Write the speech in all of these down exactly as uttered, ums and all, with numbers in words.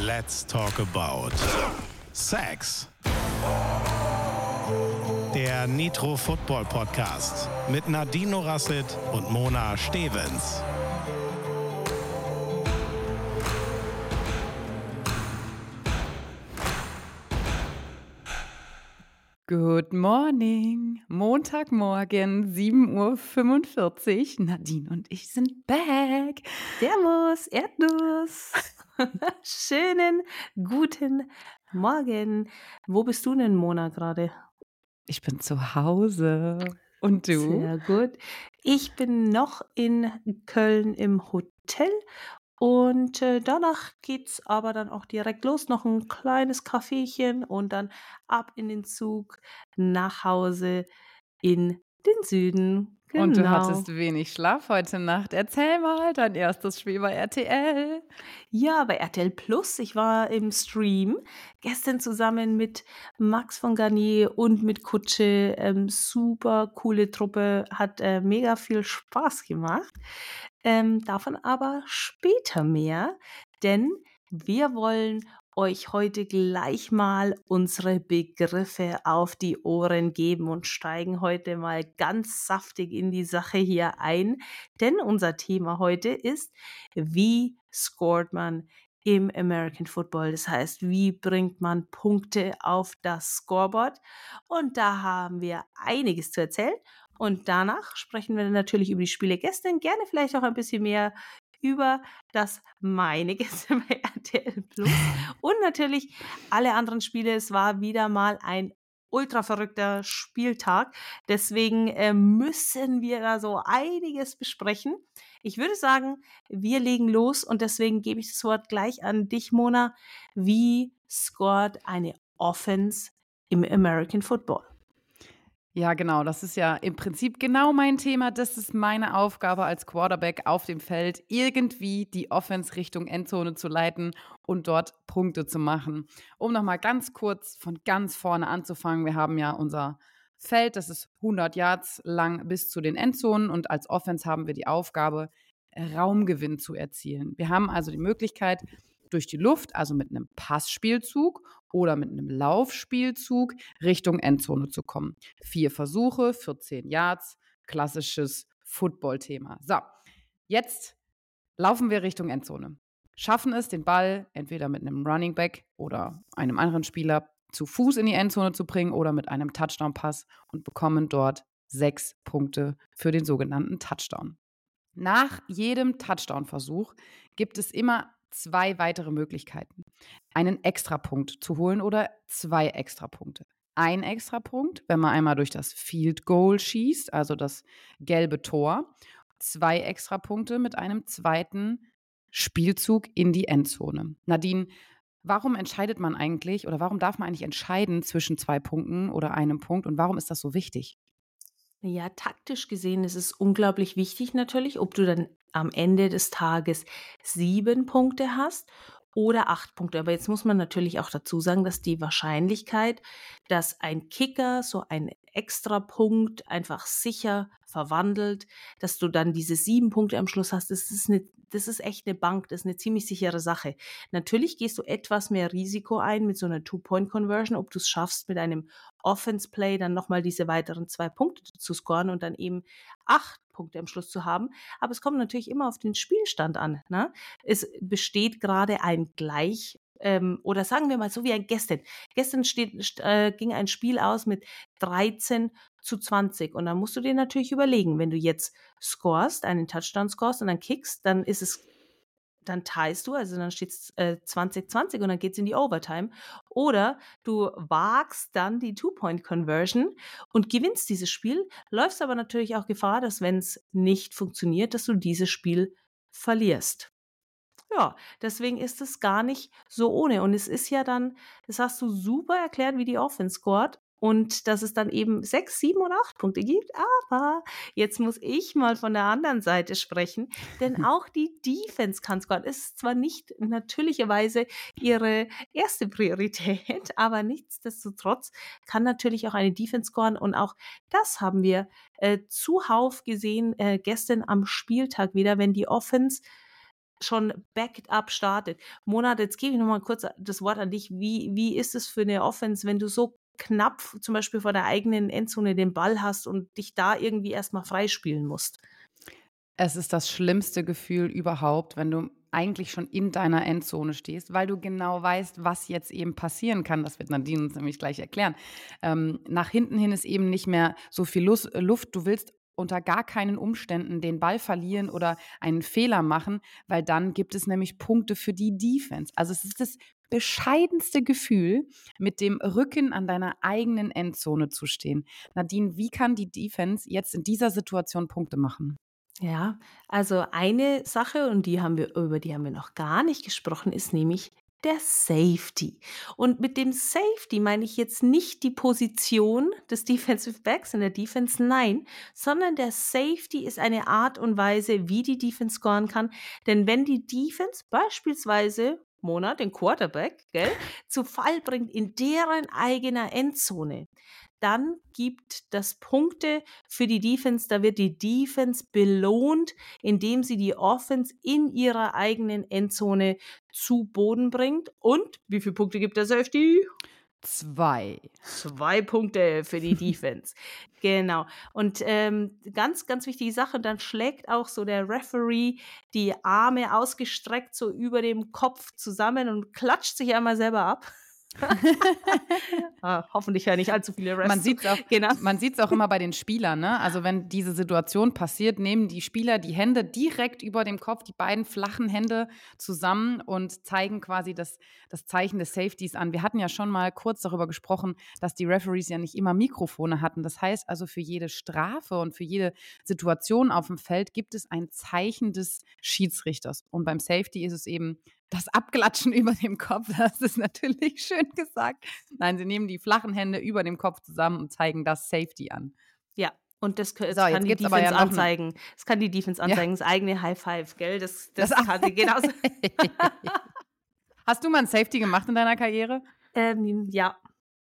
Let's talk about Sex. Der Nitro Football Podcast mit Nadine Rasset und Mona Stevens. Good morning, Montagmorgen, sieben Uhr fünfundvierzig. Nadine und ich sind back. Servus, Erdnuss. Schönen guten Morgen. Wo bist du denn, Mona, gerade? Ich bin zu Hause. Und du? Sehr gut. Ich bin noch in Köln im Hotel. Und äh, danach geht's aber dann auch direkt los. Noch ein kleines Kaffeechen und dann ab in den Zug nach Hause in den Süden. Genau. Und du hattest wenig Schlaf heute Nacht. Erzähl mal, dein erstes Spiel bei R T L. Ja, bei R T L Plus. Ich war im Stream gestern zusammen mit Max von Garnier und mit Kutsche. Ähm, super coole Truppe, hat äh, mega viel Spaß gemacht. Ähm, davon aber später mehr, denn wir wollen euch heute gleich mal unsere Begriffe auf die Ohren geben und steigen heute mal ganz saftig in die Sache hier ein. Denn unser Thema heute ist, wie scoret man im American Football? Das heißt, wie bringt man Punkte auf das Scoreboard? Und da haben wir einiges zu erzählen. Und danach sprechen wir natürlich über die Spiele gestern, gerne vielleicht auch ein bisschen mehr über das meine Gäste bei R T L Plus und natürlich alle anderen Spiele. Es war wieder mal ein ultra verrückter Spieltag. Deswegen äh, müssen wir da so einiges besprechen. Ich würde sagen, wir legen los und deswegen gebe ich das Wort gleich an dich, Mona. Wie scoret eine Offense im American Football? Ja, genau. Das ist ja im Prinzip genau mein Thema. Das ist meine Aufgabe als Quarterback auf dem Feld, irgendwie die Offense Richtung Endzone zu leiten und dort Punkte zu machen. Um nochmal ganz kurz von ganz vorne anzufangen. Wir haben ja unser Feld, das ist hundert Yards lang bis zu den Endzonen und als Offense haben wir die Aufgabe, Raumgewinn zu erzielen. Wir haben also die Möglichkeit, durch die Luft, also mit einem Passspielzug oder mit einem Laufspielzug Richtung Endzone zu kommen. Vier Versuche, vierzehn Yards, klassisches Football-Thema. So, jetzt laufen wir Richtung Endzone. Schaffen es, den Ball entweder mit einem Running Back oder einem anderen Spieler zu Fuß in die Endzone zu bringen oder mit einem Touchdown-Pass und bekommen dort sechs Punkte für den sogenannten Touchdown. Nach jedem Touchdown-Versuch gibt es immer zwei weitere Möglichkeiten, einen Extrapunkt zu holen oder zwei Extrapunkte. Ein Extrapunkt, wenn man einmal durch das Field Goal schießt, also das gelbe Tor. Zwei Extrapunkte mit einem zweiten Spielzug in die Endzone. Nadine, warum entscheidet man eigentlich oder warum darf man eigentlich entscheiden zwischen zwei Punkten oder einem Punkt und warum ist das so wichtig? Ja, taktisch gesehen ist es unglaublich wichtig natürlich, ob du dann am Ende des Tages sieben Punkte hast oder acht Punkte. Aber jetzt muss man natürlich auch dazu sagen, dass die Wahrscheinlichkeit, dass ein Kicker so einen Extrapunkt einfach sicher verwandelt, dass du dann diese sieben Punkte am Schluss hast, das ist, eine, das ist echt eine Bank, das ist eine ziemlich sichere Sache. Natürlich gehst du etwas mehr Risiko ein mit so einer Two-Point-Conversion, ob du es schaffst, mit einem Offense-Play dann nochmal diese weiteren zwei Punkte zu scoren und dann eben acht Punkte am Schluss zu haben. Aber es kommt natürlich immer auf den Spielstand an. Ne? Es besteht gerade ein Gleich, ähm, oder sagen wir mal so wie ein gestern. Gestern steht, äh, ging ein Spiel aus mit dreizehn zu zwanzig und dann musst du dir natürlich überlegen, wenn du jetzt scorest, einen Touchdown scorest und dann kickst, dann ist es dann teilst du, also dann steht es äh, zwanzig zwanzig und dann geht's in die Overtime. Oder du wagst dann die Two-Point-Conversion und gewinnst dieses Spiel, läufst aber natürlich auch Gefahr, dass wenn es nicht funktioniert, dass du dieses Spiel verlierst. Ja, deswegen ist es gar nicht so ohne. Und es ist ja dann, das hast du super erklärt, wie die Offense scored. Und dass es dann eben sechs, sieben oder acht Punkte gibt. Aber jetzt muss ich mal von der anderen Seite sprechen. Denn auch die Defense kann scoren. Es ist zwar nicht natürlicherweise ihre erste Priorität, aber nichtsdestotrotz kann natürlich auch eine Defense scoren. Und auch das haben wir äh, zuhauf gesehen äh, gestern am Spieltag wieder, wenn die Offense schon backed up startet. Mona, jetzt gebe ich nochmal kurz das Wort an dich. Wie, wie ist es für eine Offense, wenn du so knapp zum Beispiel vor der eigenen Endzone den Ball hast und dich da irgendwie erstmal freispielen musst? Es ist das schlimmste Gefühl überhaupt, wenn du eigentlich schon in deiner Endzone stehst, weil du genau weißt, was jetzt eben passieren kann. Das wird Nadine uns nämlich gleich erklären. Ähm, nach hinten hin ist eben nicht mehr so viel Lus- Luft. Du willst unter gar keinen Umständen den Ball verlieren oder einen Fehler machen, weil dann gibt es nämlich Punkte für die Defense. Also es ist das bescheidenste Gefühl, mit dem Rücken an deiner eigenen Endzone zu stehen. Nadine, wie kann die Defense jetzt in dieser Situation Punkte machen? Ja, also eine Sache, und die haben wir, über die haben wir noch gar nicht gesprochen, ist nämlich der Safety. Und mit dem Safety meine ich jetzt nicht die Position des Defensive Backs in der Defense, nein, sondern der Safety ist eine Art und Weise, wie die Defense scoren kann. Denn wenn die Defense beispielsweise Mona, den Quarterback, gell, zu Fall bringt in deren eigener Endzone, dann gibt das Punkte für die Defense. Da wird die Defense belohnt, indem sie die Offense in ihrer eigenen Endzone zu Boden bringt. Und wie viele Punkte gibt der Safety? Zwei. Zwei Punkte für die Defense. Genau. Und ähm, ganz, ganz wichtige Sache, dann schlägt auch so der Referee die Arme ausgestreckt so über dem Kopf zusammen und klatscht sich einmal selber ab. ah, hoffentlich ja nicht allzu viele Refs. Man sieht es auch, genau. man sieht's auch immer bei den Spielern, ne? Also wenn diese Situation passiert, nehmen die Spieler die Hände direkt über dem Kopf, die beiden flachen Hände zusammen und zeigen quasi das, das Zeichen des Safeties an. Wir hatten ja schon mal kurz darüber gesprochen, dass die Referees ja nicht immer Mikrofone hatten. Das heißt also, für jede Strafe und für jede Situation auf dem Feld gibt es ein Zeichen des Schiedsrichters. Und beim Safety ist es eben das Abklatschen über dem Kopf. Das ist natürlich schön gesagt. Nein, sie nehmen die flachen Hände über dem Kopf zusammen und zeigen das Safety an. Ja, und das, das So, kann jetzt die gibt's aber Defense ja noch ein- anzeigen. Das kann die Defense anzeigen, das eigene High Five, gell? Das, das, Das- kann sie genauso. Hast du mal ein Safety gemacht in deiner Karriere? ähm, ja.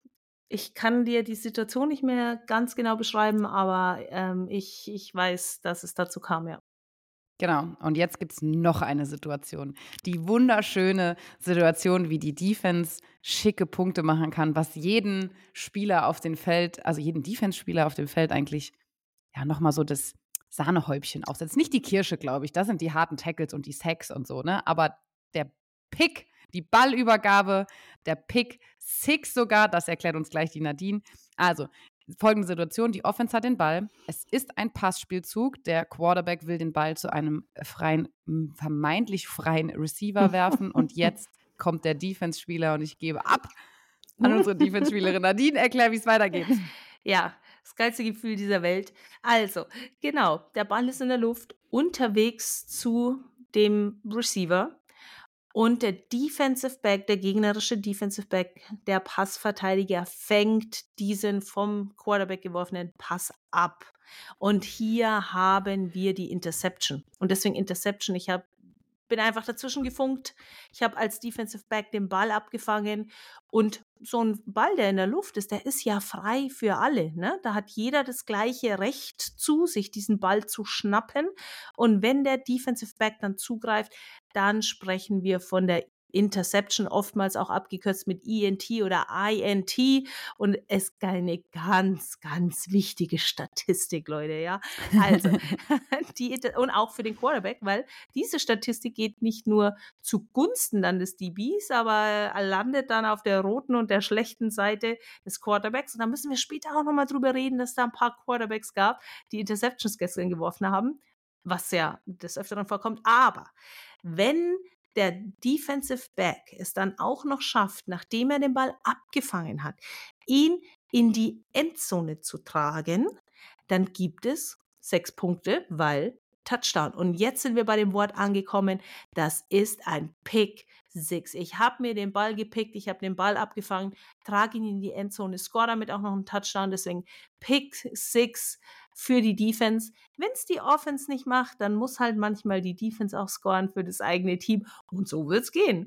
Ich kann dir die Situation nicht mehr ganz genau beschreiben, aber ähm, ich, ich weiß, dass es dazu kam, ja. Genau. Und jetzt gibt es noch eine Situation. Die wunderschöne Situation, wie die Defense schicke Punkte machen kann, was jeden Spieler auf dem Feld, also jeden Defense-Spieler auf dem Feld eigentlich ja nochmal so das Sahnehäubchen aufsetzt. Nicht die Kirsche, glaube ich. Das sind die harten Tackles und die Sacks und so, ne? Aber der Pick, die Ballübergabe, der Pick Six sogar, das erklärt uns gleich die Nadine. Also, folgende Situation, die Offense hat den Ball. Es ist ein Passspielzug. Der Quarterback will den Ball zu einem freien, vermeintlich freien Receiver werfen. Und jetzt kommt der Defense-Spieler und ich gebe ab an unsere Defense-Spielerin Nadine. Erklär, wie es weitergeht. Ja, das geilste Gefühl dieser Welt. Also, genau, der Ball ist in der Luft, unterwegs zu dem Receiver. Und der Defensive Back, der gegnerische Defensive Back, der Passverteidiger, fängt diesen vom Quarterback geworfenen Pass ab. Und hier haben wir die Interception. Und deswegen Interception. Ich hab, bin einfach dazwischen gefunkt. Ich habe als Defensive Back den Ball abgefangen. Und so ein Ball, der in der Luft ist, der ist ja frei für alle. Ne? Da hat jeder das gleiche Recht zu, sich diesen Ball zu schnappen. Und wenn der Defensive Back dann zugreift, dann sprechen wir von der Interception, oftmals auch abgekürzt mit E N T oder I N T. Und es ist eine ganz, ganz wichtige Statistik, Leute, ja. Also, die, und auch für den Quarterback, weil diese Statistik geht nicht nur zugunsten dann des D Bs, aber landet dann auf der roten und der schlechten Seite des Quarterbacks. Und da müssen wir später auch nochmal drüber reden, dass da ein paar Quarterbacks gab, die Interceptions gestern geworfen haben, was ja des Öfteren vorkommt. Aber wenn der Defensive Back es dann auch noch schafft, nachdem er den Ball abgefangen hat, ihn in die Endzone zu tragen, dann gibt es sechs Punkte, weil Touchdown. Und jetzt sind wir bei dem Wort angekommen, das ist ein Pick Six. Ich habe mir den Ball gepickt, ich habe den Ball abgefangen, trage ihn in die Endzone, score damit auch noch einen Touchdown, deswegen Pick Six für die Defense. Wenn es die Offense nicht macht, dann muss halt manchmal die Defense auch scoren für das eigene Team und so wird's gehen.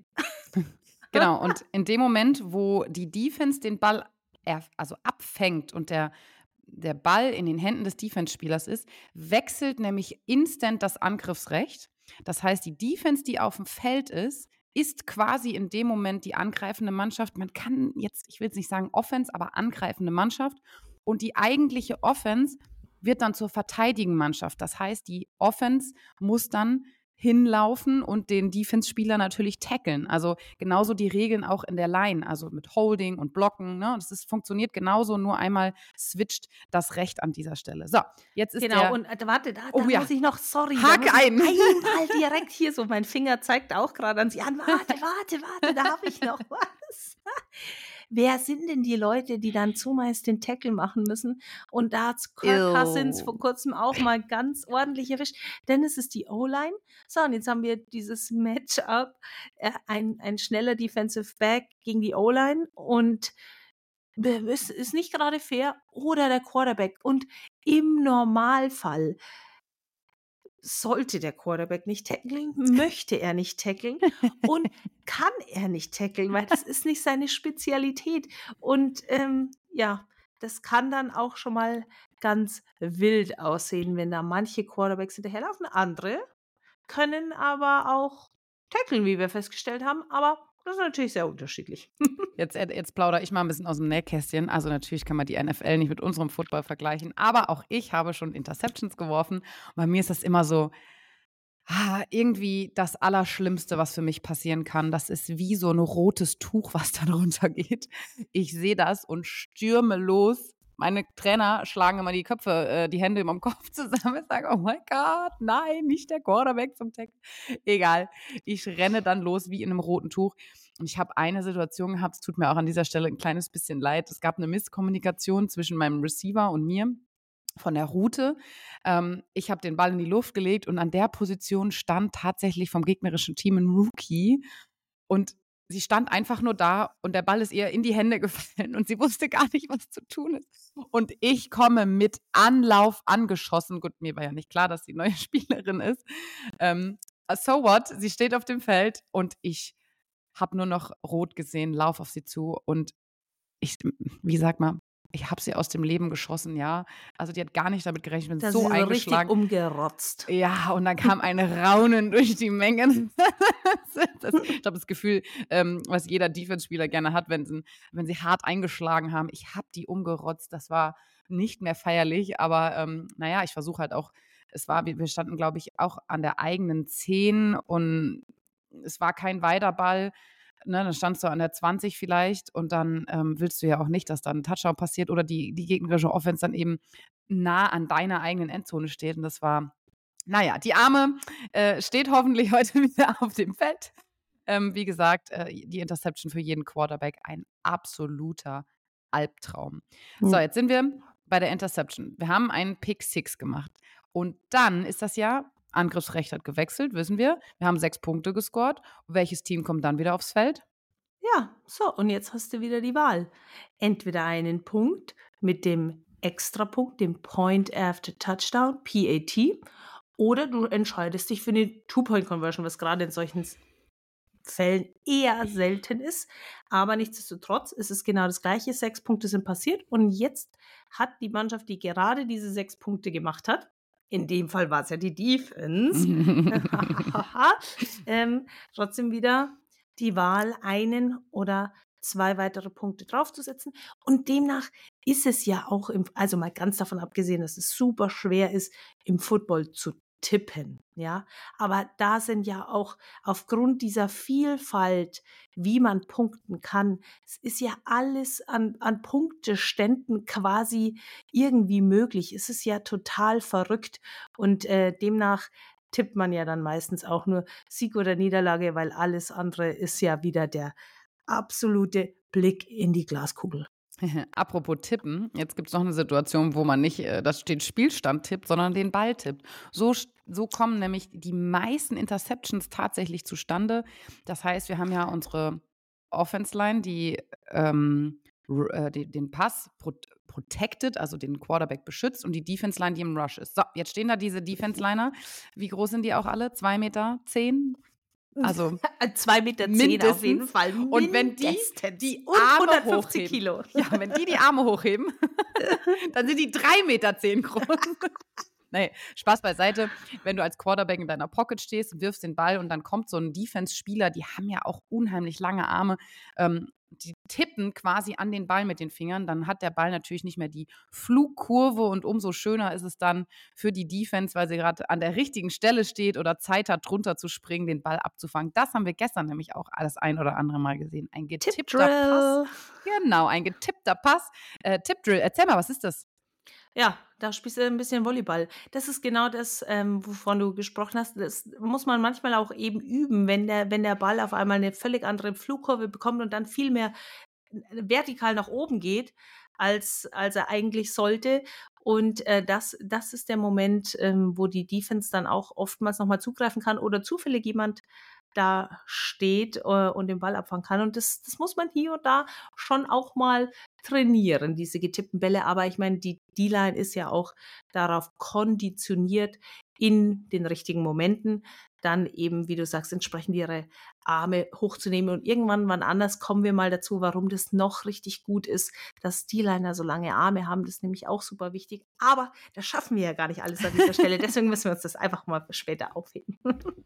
Genau, und in dem Moment, wo die Defense den Ball erf- also abfängt und der der Ball in den Händen des Defense-Spielers ist, wechselt nämlich instant das Angriffsrecht. Das heißt, die Defense, die auf dem Feld ist, ist quasi in dem Moment die angreifende Mannschaft. Man kann jetzt, ich will jetzt nicht sagen Offense, aber angreifende Mannschaft. Und die eigentliche Offense wird dann zur verteidigenden Mannschaft. Das heißt, die Offense muss dann hinlaufen und den Defense-Spieler natürlich tackeln. Also genauso die Regeln auch in der Line, also mit Holding und Blocken. Ne? Das ist, funktioniert genauso, nur einmal switcht das Recht an dieser Stelle. So, jetzt ist Genau, der... und äh, warte, da, da Oh ja. muss ich noch, sorry. da Hak muss ich ein. Einmal direkt hier so, mein Finger zeigt auch gerade an sie an. Warte, warte, warte, da habe ich noch was. Wer sind denn die Leute, die dann zumeist den Tackle machen müssen? Und da hat Kirk Ew. Cousins vor kurzem auch mal ganz ordentlich erwischt. Denn es ist die O-Line. So, und jetzt haben wir dieses Matchup, äh, ein, ein schneller Defensive Back gegen die O-Line und es ist nicht gerade fair. Oder der Quarterback. Und im Normalfall sollte der Quarterback nicht tackeln, möchte er nicht tackeln und kann er nicht tackeln, weil das ist nicht seine Spezialität. Und ähm, ja, das kann dann auch schon mal ganz wild aussehen, wenn da manche Quarterbacks hinterherlaufen. Andere können aber auch tackeln, wie wir festgestellt haben, aber das ist natürlich sehr unterschiedlich. Jetzt, jetzt plaudere ich mal ein bisschen aus dem Nähkästchen. Also natürlich kann man die N F L nicht mit unserem Football vergleichen, aber auch ich habe schon Interceptions geworfen. Und bei mir ist das immer so, ah, irgendwie das Allerschlimmste, was für mich passieren kann. Das ist wie so ein rotes Tuch, was da drunter geht. Ich sehe das und stürme los. Meine Trainer schlagen immer die Köpfe, äh, die Hände über dem Kopf zusammen. Ich sage, oh mein Gott, nein, nicht der Quarterback zum Tackle. Egal, ich renne dann los wie in einem roten Tuch. Und ich habe eine Situation gehabt, es tut mir auch an dieser Stelle ein kleines bisschen leid. Es gab eine Misskommunikation zwischen meinem Receiver und mir von der Route. Ähm, ich habe den Ball in die Luft gelegt und an der Position stand tatsächlich vom gegnerischen Team ein Rookie. Und sie stand einfach nur da und der Ball ist ihr in die Hände gefallen und sie wusste gar nicht, was zu tun ist. Und ich komme mit Anlauf angeschossen. Gut, mir war ja nicht klar, dass sie neue Spielerin ist. Ähm, so what? Sie steht auf dem Feld und ich habe nur noch rot gesehen, lauf auf sie zu und ich, wie sagt man, ich habe sie aus dem Leben geschossen, ja. Also die hat gar nicht damit gerechnet, ich bin Da so sind sie so richtig eingeschlagen. umgerotzt. Ja, und dann kam ein Raunen durch die Menge. Das, ich glaube, das Gefühl, ähm, was jeder Defense-Spieler gerne hat, wenn sie, wenn sie hart eingeschlagen haben. Ich habe die umgerotzt. Das war nicht mehr feierlich, aber ähm, naja, ich versuche halt auch, es war, wir standen, glaube ich, auch an der eigenen zehn und es war kein Weiterball. Ne, dann standst du an der zwanzig vielleicht und dann ähm, willst du ja auch nicht, dass dann ein Touchdown passiert oder die, die gegnerische Offense dann eben nah an deiner eigenen Endzone steht. Und das war, naja, die Arme äh, steht hoffentlich heute wieder auf dem Feld. Ähm, wie gesagt, äh, die Interception für jeden Quarterback ein absoluter Albtraum. Mhm. So, jetzt sind wir bei der Interception. Wir haben einen Pick Six gemacht. Und dann ist das ja, Angriffsrecht hat gewechselt, wissen wir. Wir haben sechs Punkte gescored. Welches Team kommt dann wieder aufs Feld? Ja, so, und jetzt hast du wieder die Wahl. Entweder einen Punkt mit dem Extrapunkt, dem Point After Touchdown, P A T, oder du entscheidest dich für eine Two-Point-Conversion, was gerade in solchen Fällen eher selten ist. Aber nichtsdestotrotz ist es genau das Gleiche. Sechs Punkte sind passiert und jetzt hat die Mannschaft, die gerade diese sechs Punkte gemacht hat, in dem Fall war es ja die Defense, ähm, trotzdem wieder die Wahl, einen oder zwei weitere Punkte draufzusetzen. Und demnach ist es ja auch, im, also mal ganz davon abgesehen, dass es super schwer ist, im Football zu tippen, ja. Aber da sind ja auch aufgrund dieser Vielfalt, wie man punkten kann, es ist ja alles an, an Punkteständen quasi irgendwie möglich. Es ist ja total verrückt und äh, demnach tippt man ja dann meistens auch nur Sieg oder Niederlage, weil alles andere ist ja wieder der absolute Blick in die Glaskugel. Apropos tippen, jetzt gibt es noch eine Situation, wo man nicht äh, das den Spielstand tippt, sondern den Ball tippt. So, so kommen nämlich die meisten Interceptions tatsächlich zustande. Das heißt, wir haben ja unsere Offense-Line, die, ähm, r- äh, die den Pass pro protected, also den Quarterback beschützt und die Defense-Line, die im Rush ist. So, jetzt stehen da diese Defense-Liner. Wie groß sind die auch alle? zwei Meter zehn? Also zwei Meter zehn auf jeden mindestens. Fall. Und wenn die Mindestens. die Und Arme hundertfünfzig hochheben. Kilo. Ja, wenn die die Arme hochheben, dann sind die drei Meter zehn groß. Nee, Spaß beiseite. Wenn du als Quarterback in deiner Pocket stehst, wirfst den Ball und dann kommt so ein Defense-Spieler, die haben ja auch unheimlich lange Arme, ähm, die tippen quasi an den Ball mit den Fingern, dann hat der Ball natürlich nicht mehr die Flugkurve und umso schöner ist es dann für die Defense, weil sie gerade an der richtigen Stelle steht oder Zeit hat, drunter zu springen, den Ball abzufangen. Das haben wir gestern nämlich auch das ein oder andere Mal gesehen. Ein getippter Pass. Tipp-Drill. Genau, ein getippter Pass. Äh, Tipp-Drill, erzähl mal, was ist das? Ja, da spielst du ein bisschen Volleyball. Das ist genau das, ähm, wovon du gesprochen hast. Das muss man manchmal auch eben üben, wenn der wenn der Ball auf einmal eine völlig andere Flugkurve bekommt und dann viel mehr vertikal nach oben geht, als als er eigentlich sollte. Und, äh, das das ist der Moment, ähm, wo die Defense dann auch oftmals noch mal zugreifen kann oder zufällig jemand da steht, äh, und den Ball abfangen kann. Und das das muss man hier und da schon auch mal trainieren, diese getippten Bälle. Aber ich meine, die D-Line ist ja auch darauf konditioniert, in den richtigen Momenten dann eben, wie du sagst, entsprechend ihre Arme hochzunehmen. Und irgendwann, wann anders, kommen wir mal dazu, warum das noch richtig gut ist, dass D-Liner so lange Arme haben. Das ist nämlich auch super wichtig. Aber das schaffen wir ja gar nicht alles an dieser Stelle. Deswegen müssen wir uns das einfach mal für später aufheben.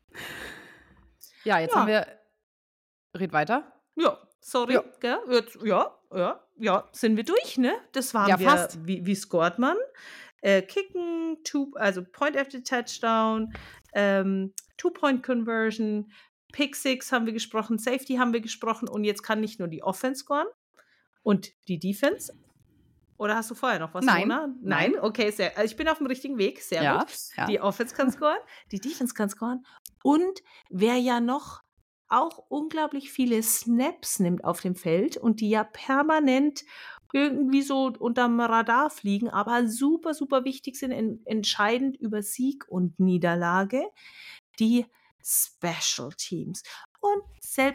Ja, jetzt haben Ja, wir. Red weiter. ja, sorry, Ja, gell? Jetzt, ja, ja, ja, sind wir durch, ne? Das waren ja, wir. fast. Wie, wie scoret man? Äh, Kicken, two, also Point after Touchdown, ähm, Two-Point-Conversion, Pick Six haben wir gesprochen, Safety haben wir gesprochen und jetzt kann nicht nur die Offense scoren und die Defense. Oder hast du vorher noch was, Nein, Mona? nein. Nein, okay, sehr. Also ich bin auf dem richtigen Weg, sehr Ja, gut. ja. Die Offense kann scoren, die Defense kann scoren. Und wer ja noch auch unglaublich viele Snaps nimmt auf dem Feld und die ja permanent irgendwie so unterm Radar fliegen, aber super, super wichtig sind, en entscheidend über Sieg und Niederlage, die Special Teams. Und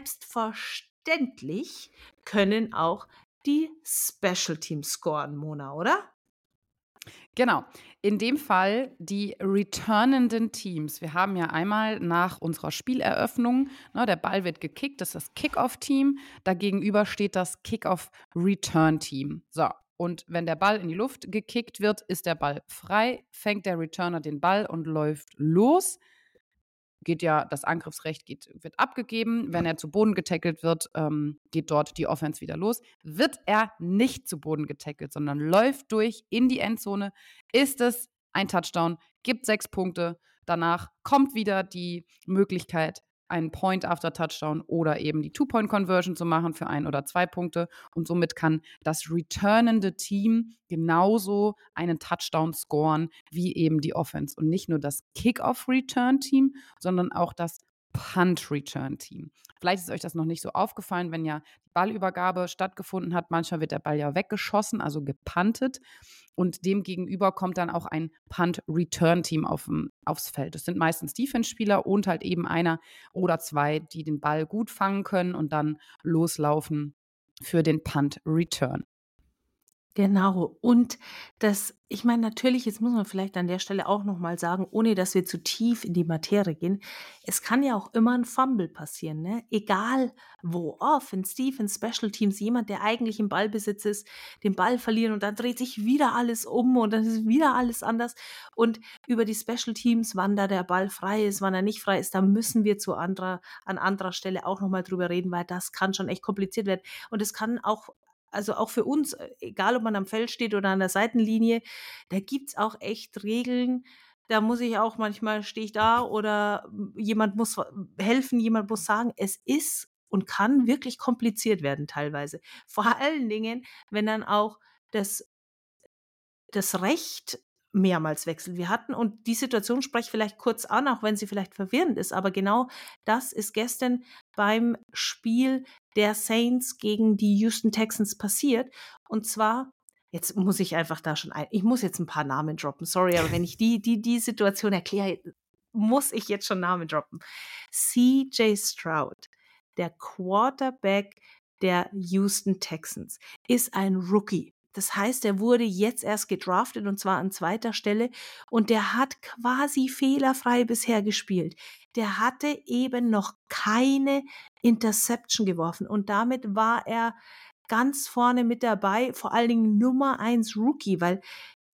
selbstverständlich können auch die Special Teams scoren, Mona, oder? Genau. In dem Fall die returnenden Teams. Wir haben ja einmal nach unserer Spieleröffnung, ne, der Ball wird gekickt, das ist das Kickoff-Team. Dagegenüber steht das Kickoff-Return-Team. So. Und wenn der Ball in die Luft gekickt wird, ist der Ball frei, fängt der Returner den Ball und läuft los. Geht ja, das Angriffsrecht geht, wird abgegeben. Wenn er zu Boden getackelt wird, ähm, geht dort die Offense wieder los. Wird er nicht zu Boden getackelt, sondern läuft durch in die Endzone, ist es ein Touchdown, gibt sechs Punkte. Danach kommt wieder die Möglichkeit, einen Point after Touchdown oder eben die Two-Point-Conversion zu machen für ein oder zwei Punkte. Und somit kann das returnende Team genauso einen Touchdown scoren wie eben die Offense. Und nicht nur das Kick-Off-Return-Team, sondern auch das Punt-Return-Team. Vielleicht ist euch das noch nicht so aufgefallen, wenn ja die Ballübergabe stattgefunden hat. Manchmal wird der Ball ja weggeschossen, also gepuntet. Und dem gegenüber kommt dann auch ein Punt-Return-Team auf, aufs Feld. Das sind meistens Defense-Spieler und halt eben einer oder zwei, die den Ball gut fangen können und dann loslaufen für den Punt-Return. Genau. Und das, ich meine, natürlich, jetzt muss man vielleicht an der Stelle auch nochmal sagen, ohne dass wir zu tief in die Materie gehen, es kann ja auch immer ein Fumble passieren, ne? Egal wo, Offense, Defense, Special Teams, jemand, der eigentlich im Ballbesitz ist, den Ball verlieren und dann dreht sich wieder alles um und dann ist wieder alles anders. Und über die Special Teams, wann da der Ball frei ist, wann er nicht frei ist, da müssen wir zu anderer, an anderer Stelle auch nochmal drüber reden, weil das kann schon echt kompliziert werden. Und es kann auch also auch für uns, egal ob man am Feld steht oder an der Seitenlinie, da gibt's auch echt Regeln. Da muss ich auch manchmal stehe ich da oder jemand muss helfen, jemand muss sagen, es ist und kann wirklich kompliziert werden teilweise. Vor allen Dingen, wenn dann auch das das Recht mehrmals wechselt. Wir hatten, und die Situation spreche ich vielleicht kurz an, auch wenn sie vielleicht verwirrend ist, aber genau das ist gestern beim Spiel der Saints gegen die Houston Texans passiert. Und zwar, jetzt muss ich einfach da schon ein, ich muss jetzt ein paar Namen droppen, sorry, aber wenn ich die, die, die Situation erkläre, muss ich jetzt schon Namen droppen. C J Stroud, der Quarterback der Houston Texans, ist ein Rookie. Das heißt, er wurde jetzt erst gedraftet und zwar an zweiter Stelle und der hat quasi fehlerfrei bisher gespielt. Der hatte eben noch keine Interception geworfen und damit war er ganz vorne mit dabei, vor allen Dingen Nummer eins Rookie, weil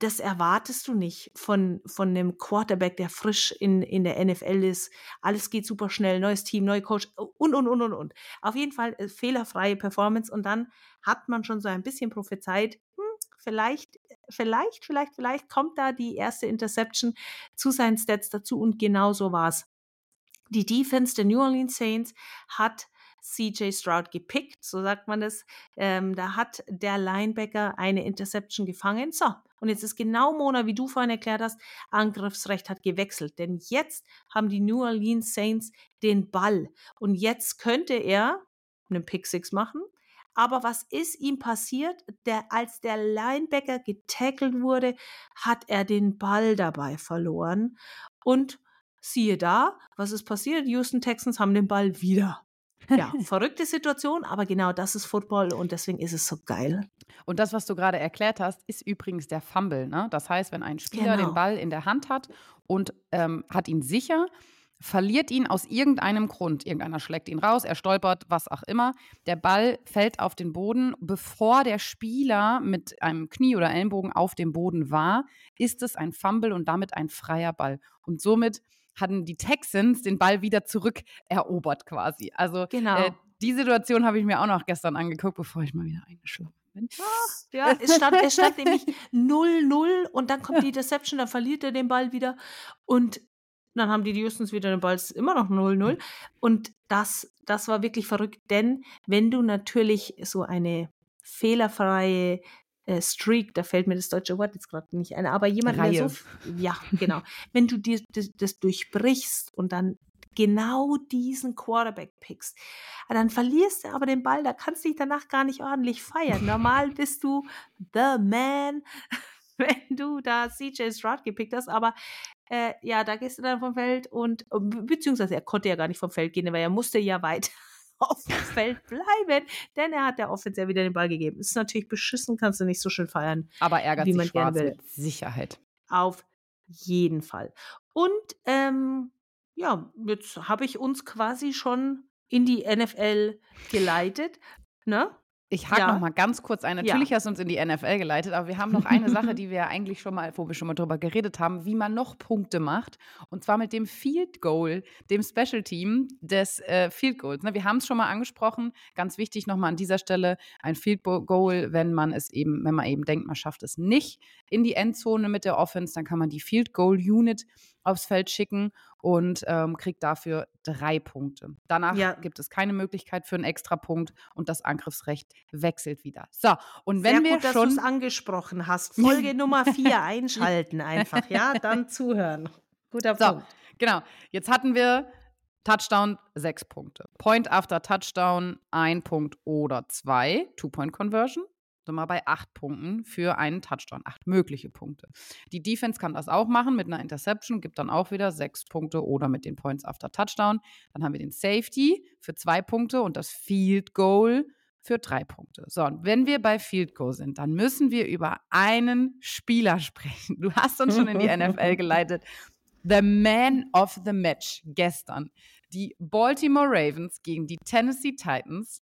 das erwartest du nicht von, von einem Quarterback, der frisch in, in der N F L ist. Alles geht super schnell, neues Team, neuer Coach und, und, und, und, und. Auf jeden Fall äh, fehlerfreie Performance und dann hat man schon so ein bisschen prophezeit, hm, vielleicht, vielleicht, vielleicht, vielleicht kommt da die erste Interception zu seinen Stats dazu und genau so war es. Die Defense der New Orleans Saints hat C J Stroud gepickt, so sagt man das. Ähm, da hat der Linebacker eine Interception gefangen. So, und jetzt ist genau, Mona, wie du vorhin erklärt hast, Angriffsrecht hat gewechselt. Denn jetzt haben die New Orleans Saints den Ball. Und jetzt könnte er einen Pick Six machen. Aber was ist ihm passiert? Der, als der Linebacker getackelt wurde, hat er den Ball dabei verloren. Und siehe da, was ist passiert? Die Houston Texans haben den Ball wieder. Ja, verrückte Situation, aber genau das ist Football und deswegen ist es so geil. Und das, was du gerade erklärt hast, ist übrigens der Fumble. Ne? Das heißt, wenn ein Spieler Genau. den Ball in der Hand hat und ähm, hat ihn sicher, verliert ihn aus irgendeinem Grund. Irgendeiner schlägt ihn raus, er stolpert, was auch immer. Der Ball fällt auf den Boden. Bevor der Spieler mit einem Knie oder Ellenbogen auf dem Boden war, ist es ein Fumble und damit ein freier Ball. Und somit hatten die Texans den Ball wieder zurückerobert quasi. Also Genau. äh, die Situation habe ich mir auch noch gestern angeguckt, bevor ich mal wieder eingeschlafen bin. Ja, es stand, es stand nämlich null null und dann kommt die Deception, dann verliert er den Ball wieder und dann haben die Houstons wieder den Ball, es ist immer noch null null und das, das war wirklich verrückt, denn wenn du natürlich so eine fehlerfreie äh, Streak, da fällt mir das deutsche Wort jetzt gerade nicht ein, aber jemand, der Reihe. so, ja, genau, wenn du dir das, das durchbrichst und dann genau diesen Quarterback pickst, dann verlierst du aber den Ball, da kannst du dich danach gar nicht ordentlich feiern. Normal bist du the man, wenn du da C J Stroud gepickt hast, aber äh, ja, da gehst du dann vom Feld und, be- beziehungsweise er konnte ja gar nicht vom Feld gehen, weil er musste ja weit auf dem Feld bleiben, denn er hat der Offense ja wieder den Ball gegeben. Ist natürlich beschissen, kannst du nicht so schön feiern, Aber ärgert wie sich man gerne schwarz will. mit Sicherheit. Auf jeden Fall. Und ähm, ja, jetzt habe ich uns quasi schon in die N F L geleitet, ne? Ich hake Ja. noch mal ganz kurz ein. Natürlich Ja. hast du uns in die N F L geleitet, aber wir haben noch eine Sache, die wir ja eigentlich schon mal, wo wir schon mal drüber geredet haben, wie man noch Punkte macht. Und zwar mit dem Field Goal, dem Special Team des äh, Field Goals. Ne, wir haben es schon mal angesprochen. Ganz wichtig nochmal an dieser Stelle: ein Field Goal, wenn man es eben, wenn man eben denkt, man schafft es nicht in die Endzone mit der Offense, dann kann man die Field Goal Unit aufs Feld schicken und ähm, kriegt dafür drei Punkte. Danach Ja. gibt es keine Möglichkeit für einen Extrapunkt und das Angriffsrecht wechselt wieder. So, und wenn Sehr wir gut, dass du schon es angesprochen hast. Folge Nummer vier einschalten einfach, ja? Dann zuhören. Guter So, Punkt. genau, jetzt hatten wir Touchdown, sechs Punkte. Point after Touchdown, ein Punkt oder zwei. Two-Point-Conversion. Sind wir bei acht Punkten für einen Touchdown. Acht mögliche Punkte. Die Defense kann das auch machen mit einer Interception, gibt dann auch wieder sechs Punkte oder mit den Points after Touchdown. Dann haben wir den Safety für zwei Punkte und das Field Goal für drei Punkte. So, und wenn wir bei Field Goal sind, dann müssen wir über einen Spieler sprechen. Du hast uns schon in die N F L geleitet. The Man of the Match gestern. Die Baltimore Ravens gegen die Tennessee Titans.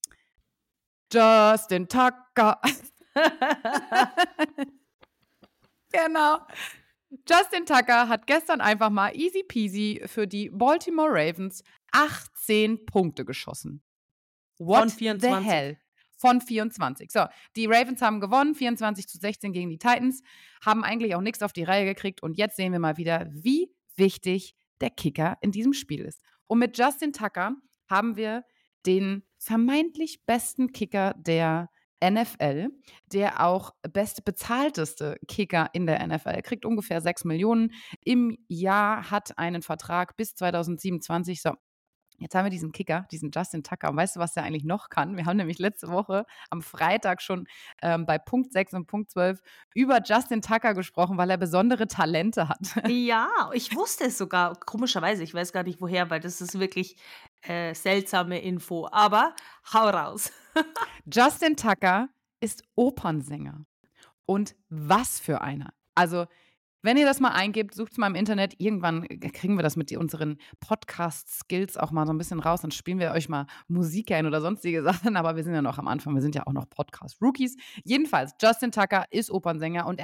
Justin Tucker. Genau. Justin Tucker hat gestern einfach mal easy peasy für die Baltimore Ravens achtzehn Punkte geschossen. What Von vierundzwanzig. the hell? Von vierundzwanzig. So, die Ravens haben gewonnen, vierundzwanzig zu sechzehn gegen die Titans, haben eigentlich auch nichts auf die Reihe gekriegt und jetzt sehen wir mal wieder, wie wichtig der Kicker in diesem Spiel ist. Und mit Justin Tucker haben wir den vermeintlich besten Kicker der N F L, der auch bestbezahlteste Kicker in der N F L. Er kriegt ungefähr sechs Millionen im Jahr, hat einen Vertrag bis zwanzig siebenundzwanzig. So, jetzt haben wir diesen Kicker, diesen Justin Tucker. Und weißt du, was der eigentlich noch kann? Wir haben nämlich letzte Woche am Freitag schon ähm, bei Punkt sechs und Punkt zwölf über Justin Tucker gesprochen, weil er besondere Talente hat. Ja, ich wusste es sogar, komischerweise. Ich weiß gar nicht woher, weil das ist wirklich äh, seltsame Info. Aber hau raus. Justin Tucker ist Opernsänger. Und was für einer. Also, wenn ihr das mal eingebt, sucht es mal im Internet. Irgendwann kriegen wir das mit unseren Podcast-Skills auch mal so ein bisschen raus. Dann spielen wir euch mal Musik ein oder sonstige Sachen. Aber wir sind ja noch am Anfang. Wir sind ja auch noch Podcast-Rookies. Jedenfalls, Justin Tucker ist Opernsänger und er hat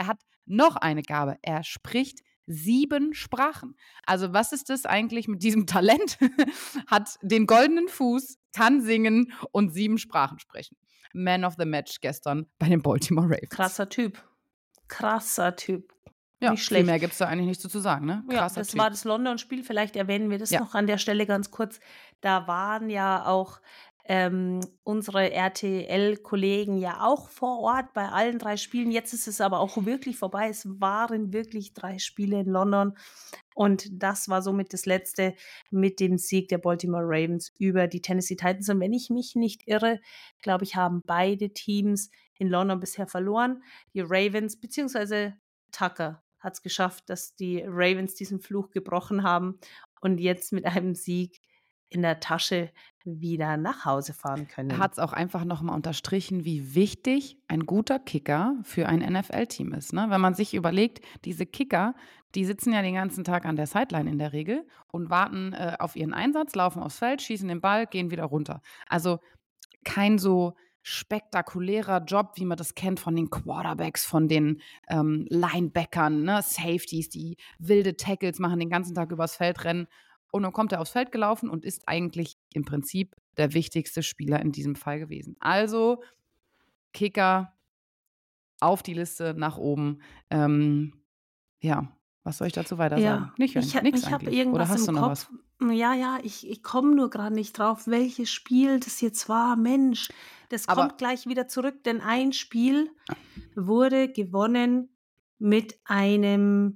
noch eine Gabe. Er spricht sieben Sprachen. Also was ist das eigentlich mit diesem Talent? Hat den goldenen Fuß, kann singen und sieben Sprachen sprechen. Man of the Match gestern bei den Baltimore Ravens. Krasser Typ. Krasser Typ. Ja, Nicht viel schlecht. mehr gibt es da eigentlich nicht so zu sagen, ne? Ja, Krasser das Typ. war das London-Spiel. Vielleicht erwähnen wir das Ja. noch an der Stelle ganz kurz. Da waren ja auch ähm, unsere R T L-Kollegen ja auch vor Ort bei allen drei Spielen. Jetzt ist es aber auch wirklich vorbei. Es waren wirklich drei Spiele in London. Und das war somit das letzte mit dem Sieg der Baltimore Ravens über die Tennessee Titans. Und wenn ich mich nicht irre, glaube ich, haben beide Teams in London bisher verloren. Die Ravens, beziehungsweise Tucker hat es geschafft, dass die Ravens diesen Fluch gebrochen haben und jetzt mit einem Sieg in der Tasche wieder nach Hause fahren können. Er hat es auch einfach nochmal unterstrichen, wie wichtig ein guter Kicker für ein N F L-Team ist. Ne? Wenn man sich überlegt, diese Kicker, die sitzen ja den ganzen Tag an der Sideline in der Regel und warten äh, auf ihren Einsatz, laufen aufs Feld, schießen den Ball, gehen wieder runter. Also kein so spektakulärer Job, wie man das kennt von den Quarterbacks, von den ähm, Linebackern, ne? Safeties, die wilde Tackles machen, den ganzen Tag übers Feld rennen. Und dann kommt er aufs Feld gelaufen und ist eigentlich im Prinzip der wichtigste Spieler in diesem Fall gewesen. Also Kicker auf die Liste nach oben. Ähm, ja, was soll ich dazu weiter sagen? Ja, Nicht ich, ha- nichts ich habe eigentlich. Oder irgendwas hast du im noch Kopf. was? Ja, ja, ich, ich komme nur gerade nicht drauf, welches Spiel das jetzt war. Mensch, das Aber- kommt gleich wieder zurück, denn ein Spiel wurde gewonnen mit einem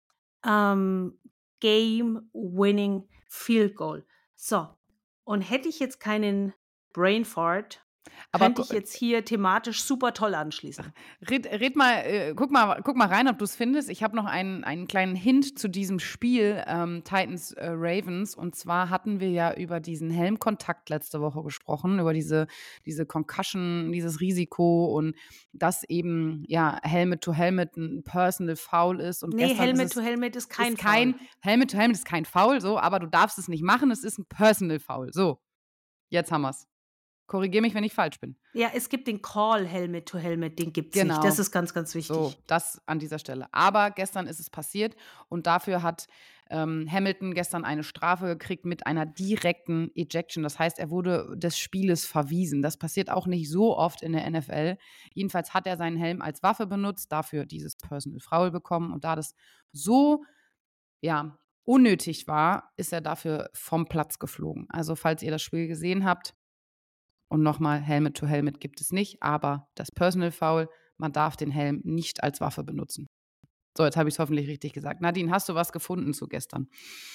ähm, Game-Winning Field Goal. So, und hätte ich jetzt keinen Brain Fart, Aber könnte gu- ich jetzt hier thematisch super toll anschließen. Red, red mal, äh, guck mal, guck mal rein, ob du es findest. Ich habe noch einen, einen kleinen Hint zu diesem Spiel ähm, Titans äh, Ravens. Und zwar hatten wir ja über diesen Helmkontakt letzte Woche gesprochen, über diese, diese Concussion, dieses Risiko und dass eben ja Helmet to Helmet ein Personal Foul ist. Und Nee, gestern Helmet ist to es, Helmet ist kein ist kein Foul. Helmet to Helmet ist kein Foul, so, aber du darfst es nicht machen. Es ist ein Personal Foul. So, jetzt haben wir's. Korrigier mich, wenn ich falsch bin. Ja, es gibt den Call Helmet to Helmet, den gibt es Genau. nicht. Das ist ganz, ganz wichtig. So, das an dieser Stelle. Aber gestern ist es passiert und dafür hat ähm, Hamilton gestern eine Strafe gekriegt mit einer direkten Ejection. Das heißt, er wurde des Spieles verwiesen. Das passiert auch nicht so oft in der N F L. Jedenfalls hat er seinen Helm als Waffe benutzt, dafür dieses Personal Foul bekommen. Und da das so, ja, unnötig war, ist er dafür vom Platz geflogen. Also, falls ihr das Spiel gesehen habt, und nochmal, Helmet to Helmet gibt es nicht, aber das Personal Foul, man darf den Helm nicht als Waffe benutzen. So, jetzt habe ich es hoffentlich richtig gesagt. Nadine, hast du was gefunden zu gestern?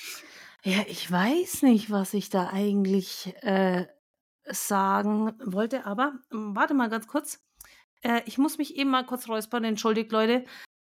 Ja, ich weiß nicht, was ich da eigentlich äh, sagen wollte, aber ähm, warte mal ganz kurz. Äh, ich muss mich eben mal kurz räuspern, entschuldigt, Leute.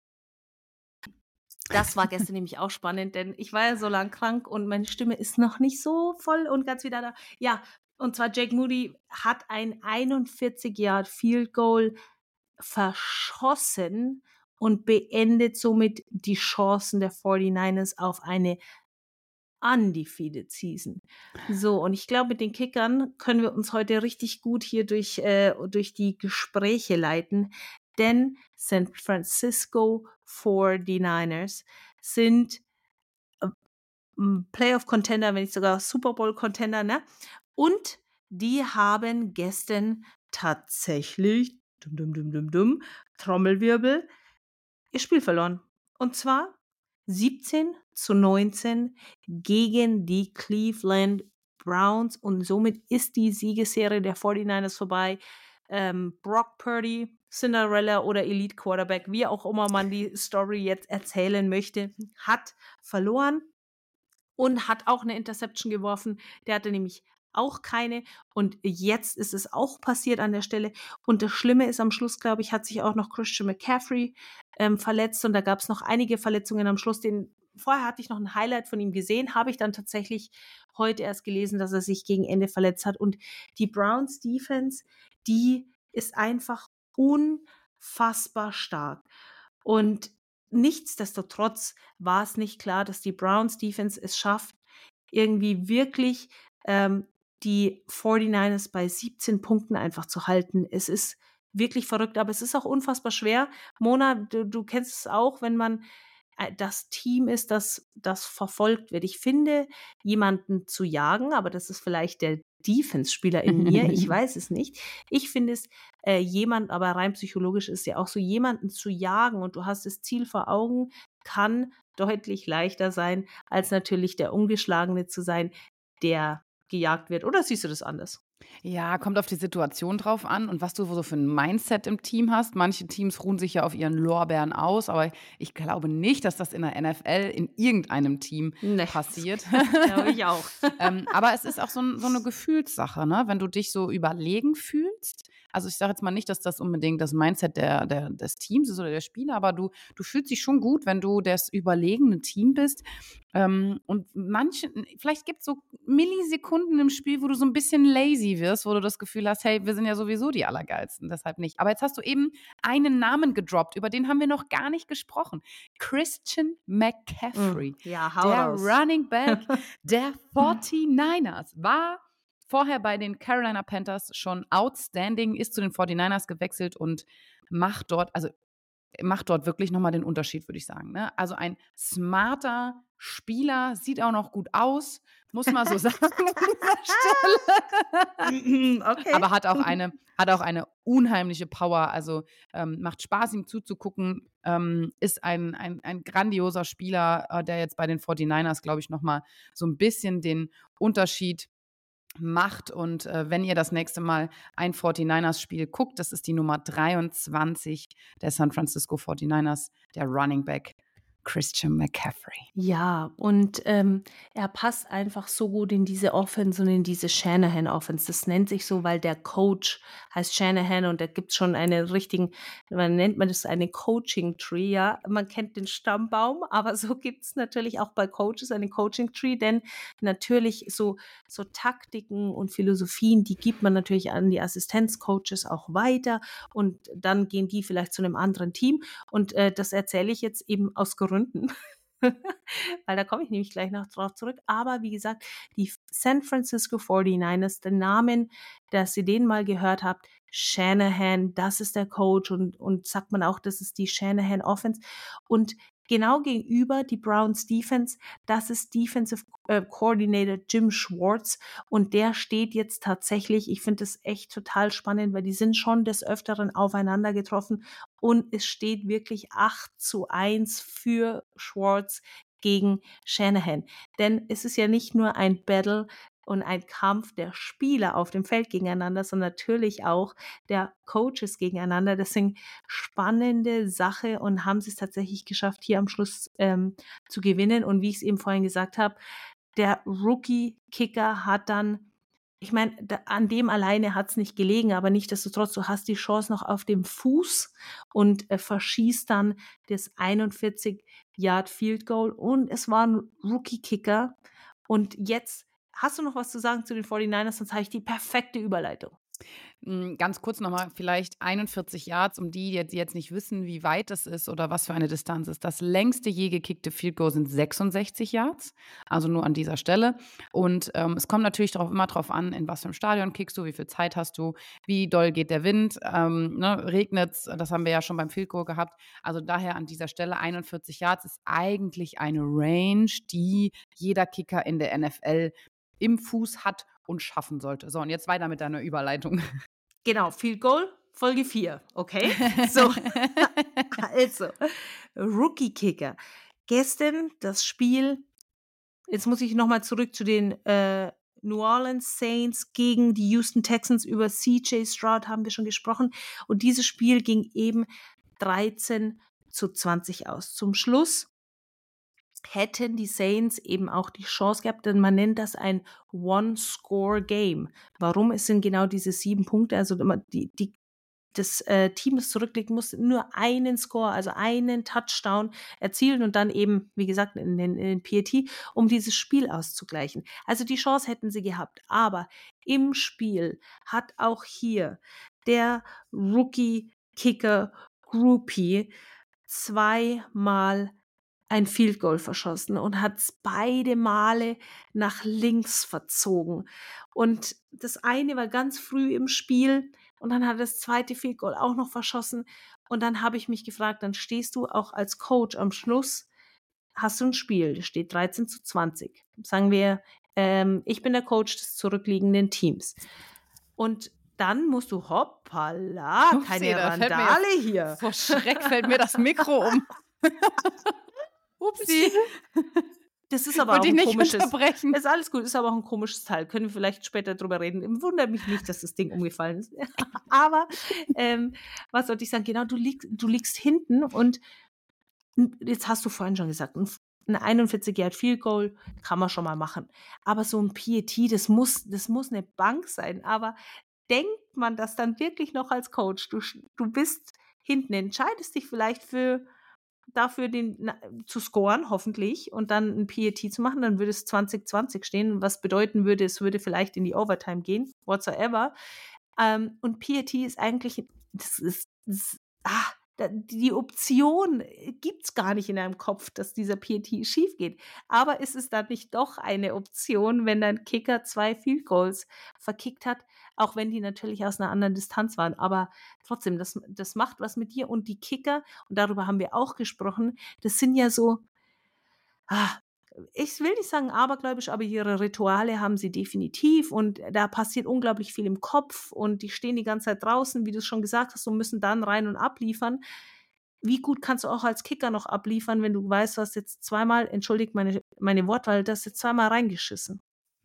Das war gestern nämlich auch spannend, denn ich war ja so lang krank und meine Stimme ist noch nicht so voll und ganz wieder da. Ja, und zwar Jake Moody hat ein einundvierzig Yard Field Goal verschossen und beendet somit die Chancen der forty-niners auf eine undefeated Season. So, und ich glaube, mit den Kickern können wir uns heute richtig gut hier durch, äh, durch die Gespräche leiten, denn San Francisco forty-niners sind äh, m, Playoff-Contender, wenn nicht sogar Super Bowl-Contender, ne? Und die haben gestern tatsächlich, dum, dum, dum, dum, dum, Trommelwirbel, ihr Spiel verloren. Und zwar siebzehn zu neunzehn gegen die Cleveland Browns. Und somit ist die Siegesserie der forty-niners vorbei. Ähm, Brock Purdy, Cinderella oder Elite Quarterback, wie auch immer man die Story jetzt erzählen möchte, hat verloren und hat auch eine Interception geworfen. Der hatte nämlich auch keine. Und jetzt ist es auch passiert an der Stelle. Und das Schlimme ist, am Schluss, glaube ich, hat sich auch noch Christian McCaffrey ähm, verletzt. Und da gab es noch einige Verletzungen am Schluss. Den, vorher hatte ich noch ein Highlight von ihm gesehen, habe ich dann tatsächlich heute erst gelesen, dass er sich gegen Ende verletzt hat. Und die Browns Defense, die ist einfach unfassbar stark. Und nichtsdestotrotz war es nicht klar, dass die Browns Defense es schafft, irgendwie wirklich ähm, die forty-niners bei siebzehn Punkten einfach zu halten. Es ist wirklich verrückt, aber es ist auch unfassbar schwer. Mona, du, du kennst es auch, wenn man äh, das Team ist, das, das verfolgt wird. Ich finde, jemanden zu jagen, aber das ist vielleicht der Defense-Spieler in mir, ich weiß es nicht. Ich finde es, äh, jemand, aber rein psychologisch ist ja auch so, jemanden zu jagen und du hast das Ziel vor Augen, kann deutlich leichter sein, als natürlich der Ungeschlagene zu sein, der gejagt wird. Oder siehst du das anders? Ja, kommt auf die Situation drauf an und was du so für ein Mindset im Team hast. Manche Teams ruhen sich ja auf ihren Lorbeeren aus, aber ich glaube nicht, dass das in der N F L in irgendeinem Team Ne, das passiert. glaube ich auch. Ähm, aber es ist auch so 'n so 'ne Gefühlssache, ne? Wenn du dich so überlegen fühlst. Also, ich sage jetzt mal nicht, dass das unbedingt das Mindset der der des Teams ist oder der Spieler, aber du du fühlst dich schon gut, wenn du das überlegene Team bist. Ähm, und manche vielleicht gibt's so Millisekunden im Spiel, wo du so 'n bisschen lazy wirst, wo du das Gefühl hast: „Hey, wir sind ja sowieso die Allergeilsten, deshalb nicht.“ Aber jetzt hast du eben einen Namen gedroppt, über den haben wir noch gar nicht gesprochen. Christian Hm, McCaffrey, ja, hau der raus. Running Back der forty-niners, war vorher bei den Carolina Panthers schon outstanding, ist zu den forty-niners gewechselt und macht dort also, macht dort wirklich noch mal den Unterschied, würde ich sagen, ne? Also, ein smarter Spieler, sieht auch noch gut aus, muss man so sagen an dieser Stelle. Okay. Aber hat auch eine hat auch eine unheimliche Power, also, ähm, macht Spaß, ihm zuzugucken, ähm, ist ein ein ein grandioser Spieler, äh, der jetzt bei den forty-niners, glaube ich, noch mal so 'n bisschen den Unterschied macht. Und, äh, wenn ihr das nächste Mal ein forty-niners-Spiel guckt, das ist die Nummer dreiundzwanzig der San Francisco forty-niners, der Running Back Christian McCaffrey. Ja, und, ähm, er passt einfach so gut in diese Offense und in diese Shanahan-Offense. Das nennt sich so, weil der Coach heißt Shanahan und da gibt's schon einen richtigen man nennt man das eine Coaching-Tree, ja. Man kennt den Stammbaum, aber so gibt's natürlich auch bei Coaches einen Coaching-Tree, denn natürlich so so Taktiken und Philosophien, die gibt man natürlich an die Assistenzcoaches auch weiter und dann gehen die vielleicht zu 'nem anderen Team und, äh, das erzähle ich jetzt eben aus Gründen, weil da komme ich nämlich gleich noch drauf zurück. Aber wie gesagt, die F San Francisco forty-niners, den Namen, dass ihr den mal gehört habt, Shanahan, das ist der Coach und und sagt man auch, das ist die Shanahan Offense. Und genau gegenüber die Browns Defense, das ist Defensive, äh, Coordinator Jim Schwartz und der steht jetzt tatsächlich ich finde das echt total spannend, weil die sind schon des Öfteren aufeinander getroffen und es steht wirklich acht zu eins für Schwartz gegen Shanahan. Denn es ist ja nicht nur ein Battle und ein Kampf der Spieler auf dem Feld gegeneinander, sondern natürlich auch der Coaches gegeneinander. Deswegen spannende Sache und haben sie's tatsächlich geschafft, hier am Schluss, ähm, zu gewinnen. Und wie ich's eben vorhin gesagt habe, der Rookie-Kicker hat dann ich meine, da an dem alleine hat's nicht gelegen, aber nichtsdestotrotz, du hast die Chance noch auf dem Fuß und, äh, verschießt dann das einundvierzig Yard Field Goal und es war 'n Rookie-Kicker. Und jetzt hast du noch was zu sagen zu den forty-niners, sonst habe ich die perfekte Überleitung. Hm, ganz kurz noch mal vielleicht einundvierzig Yards, um die jetzt die jetzt nicht wissen, wie weit das ist oder was für eine Distanz ist. Das längste je gekickte Field Goal sind sechsundsechzig Yards, also nur an dieser Stelle. Und, ähm, es kommt natürlich drauf immer drauf an, in was für 'nem Stadion kickst du, wie viel Zeit hast du, wie doll geht der Wind, ähm, ne, regnet's, das haben wir ja schon beim Field Goal gehabt. Also daher an dieser Stelle einundvierzig Yards ist eigentlich eine Range, die jeder Kicker in der N F L im Fuß hat und schaffen sollte. So, und jetzt weiter mit deiner Überleitung. Genau, Field Goal, Folge vier, okay? So, also, Rookie-Kicker. Gestern das Spiel jetzt muss ich noch mal zurück zu den, äh, New Orleans Saints gegen die Houston Texans. Über C J Stroud haben wir schon gesprochen und dieses Spiel ging eben dreizehn zu zwanzig aus. Zum Schluss hätten die Saints eben auch die Chance gehabt, denn man nennt das ein One-Score-Game. Warum? Es sind genau diese sieben Punkte, also immer die die das, äh, Team, das zurückliegt, muss nur einen Score, also einen Touchdown erzielen und dann eben, wie gesagt, in den in den P A T, um dieses Spiel auszugleichen. Also, die Chance hätten sie gehabt, aber im Spiel hat auch hier der Rookie-Kicker Groupie zweimal ein Field Goal verschossen und hat es beide Male nach links verzogen. Und das eine war ganz früh im Spiel und dann hat er das zweite Field Goal auch noch verschossen. Und dann habe ich mich gefragt, dann stehst du auch als Coach am Schluss, hast du ein Spiel, das steht dreizehn zu zwanzig. Sagen wir, ähm, ich bin der Coach des zurückliegenden Teams. Und dann musst du, hoppala, Upsi, keine da fällt mir Randale jetzt- hier. Vor Schreck fällt mir das Mikro um. Upsi. Das ist aber Wollte auch ich ein nicht komisches. unterbrechen. Ist alles gut, ist aber auch ein komisches Teil. Können wir vielleicht später drüber reden. Wundert mich nicht, dass das Ding umgefallen ist. Aber ähm, was sollte ich sagen? Genau, du, lieg, du liegst hinten und jetzt hast du vorhin schon gesagt, ein, ein einundvierzig Yard Field Goal kann man schon mal machen. Aber so ein P A T, das muss, das muss eine Bank sein. Aber denkt man das dann wirklich noch als Coach? Du, du bist hinten, entscheidest dich vielleicht für dafür den na, zu scoren, hoffentlich, und dann ein P A T zu machen, dann würde es zwanzig zwanzig stehen, was bedeuten würde, es würde vielleicht in die Overtime gehen, whatsoever. Ähm, und P A T ist eigentlich, das ist, das, ah, da, die Option gibt es gar nicht in deinem Kopf, dass dieser P A T schief geht. Aber ist es dann nicht doch eine Option, wenn dein Kicker zwei Field Goals verkickt hat, auch wenn die natürlich aus einer anderen Distanz waren. Aber trotzdem, das, das macht was mit dir. Und die Kicker, und darüber haben wir auch gesprochen, das sind ja so, ah, ich will nicht sagen abergläubisch, aber ihre Rituale haben sie definitiv und da passiert unglaublich viel im Kopf und die stehen die ganze Zeit draußen, wie du es schon gesagt hast, und müssen dann rein und abliefern. Wie gut kannst du auch als Kicker noch abliefern, wenn du weißt, du hast jetzt zweimal, entschuldigt meine, meine Wortwahl, du hast jetzt zweimal reingeschissen.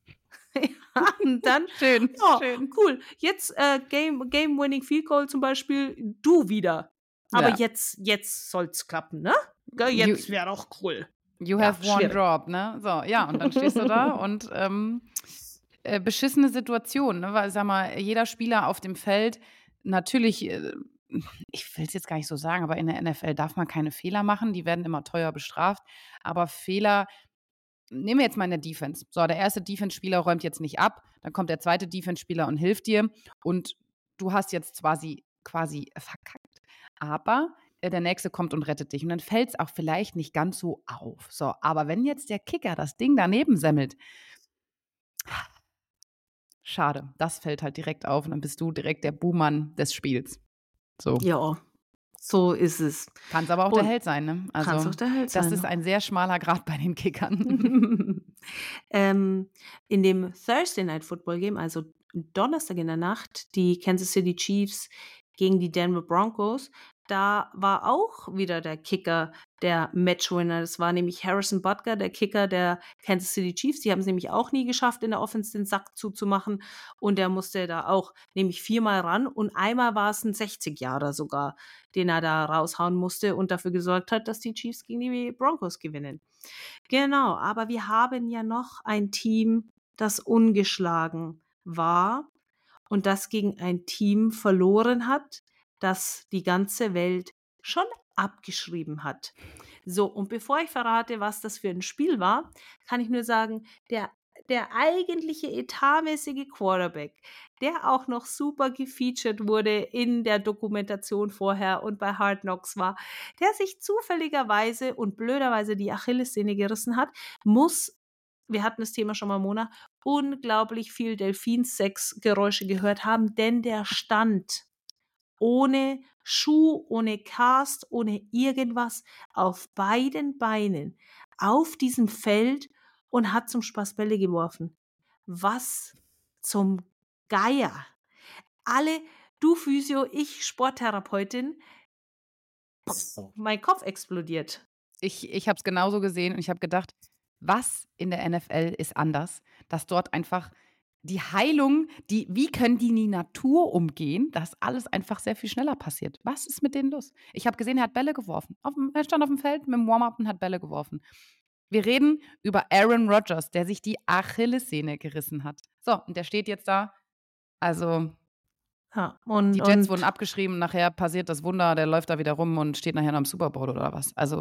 Ja, und dann, Schön, ja, schön. cool, jetzt äh, Game, Game-Winning Field Goal zum Beispiel, du wieder. Aber Ja. jetzt, jetzt soll es klappen, ne? Jetzt wäre doch cool. You Ja, have one schwierig. drop, ne? So, ja, und dann stehst du da und ähm, äh, beschissene Situation, ne? Weil, sag mal, jeder Spieler auf dem Feld, natürlich, äh, ich will es jetzt gar nicht so sagen, aber in der N F L darf man keine Fehler machen, die werden immer teuer bestraft, aber Fehler, nehmen wir jetzt mal in der Defense. So, der erste Defense-Spieler räumt jetzt nicht ab, dann kommt der zweite Defense-Spieler und hilft dir und du hast jetzt quasi, quasi verkackt, aber der nächste kommt und rettet dich. Und dann fällt es auch vielleicht nicht ganz so auf. So, aber wenn jetzt der Kicker das Ding daneben semmelt, schade, das fällt halt direkt auf und dann bist du direkt der Buhmann des Spiels. So. Ja, so ist es. Kann es aber auch Und der Held sein, ne? Also, kann's auch der Held sein, das ist ne? ein sehr schmaler Grad bei den Kickern. ähm, in dem Thursday Night Football Game, also Donnerstag in der Nacht, die Kansas City Chiefs gegen die Denver Broncos, da war auch wieder der Kicker der Matchwinner. Das war nämlich Harrison Butker, der Kicker der Kansas City Chiefs. Die haben es nämlich auch nie geschafft, in der Offense den Sack zuzumachen. Und der musste da auch nämlich viermal ran. Und einmal war es ein sechzig-Jahrer sogar, den er da raushauen musste und dafür gesorgt hat, dass die Chiefs gegen die Broncos gewinnen. Genau, aber wir haben ja noch ein Team, das ungeschlagen war und das gegen ein Team verloren hat, das die ganze Welt schon abgeschrieben hat. So, und bevor ich verrate, was das für ein Spiel war, kann ich nur sagen, der, der eigentliche etatmäßige Quarterback, der auch noch super gefeatured wurde in der Dokumentation vorher und bei Hard Knocks war, der sich zufälligerweise und blöderweise die Achillessehne gerissen hat, muss, wir hatten das Thema schon mal, Mona, unglaublich viel Delfinsex-Geräusche gehört haben, denn der stand ohne Schuh, ohne Cast, ohne irgendwas, auf beiden Beinen auf diesem Feld und hat zum Spaß Bälle geworfen. Was zum Geier. Alle, du Physio, ich Sporttherapeutin, mein Kopf explodiert. Ich, ich habe es genauso gesehen und ich habe gedacht, was in der N F L ist anders, dass dort einfach die Heilung, die, wie können die in die Natur umgehen, dass alles einfach sehr viel schneller passiert. Was ist mit denen los? Ich habe gesehen, er hat Bälle geworfen. Auf dem, er stand auf dem Feld mit dem Warm-up und hat Bälle geworfen. Wir reden über Aaron Rodgers, der sich die Achillessehne gerissen hat. So, und der steht jetzt da. Also, ja, und, die Jets und wurden abgeschrieben, nachher passiert das Wunder, der läuft da wieder rum und steht nachher noch im Super Bowl oder was. Also,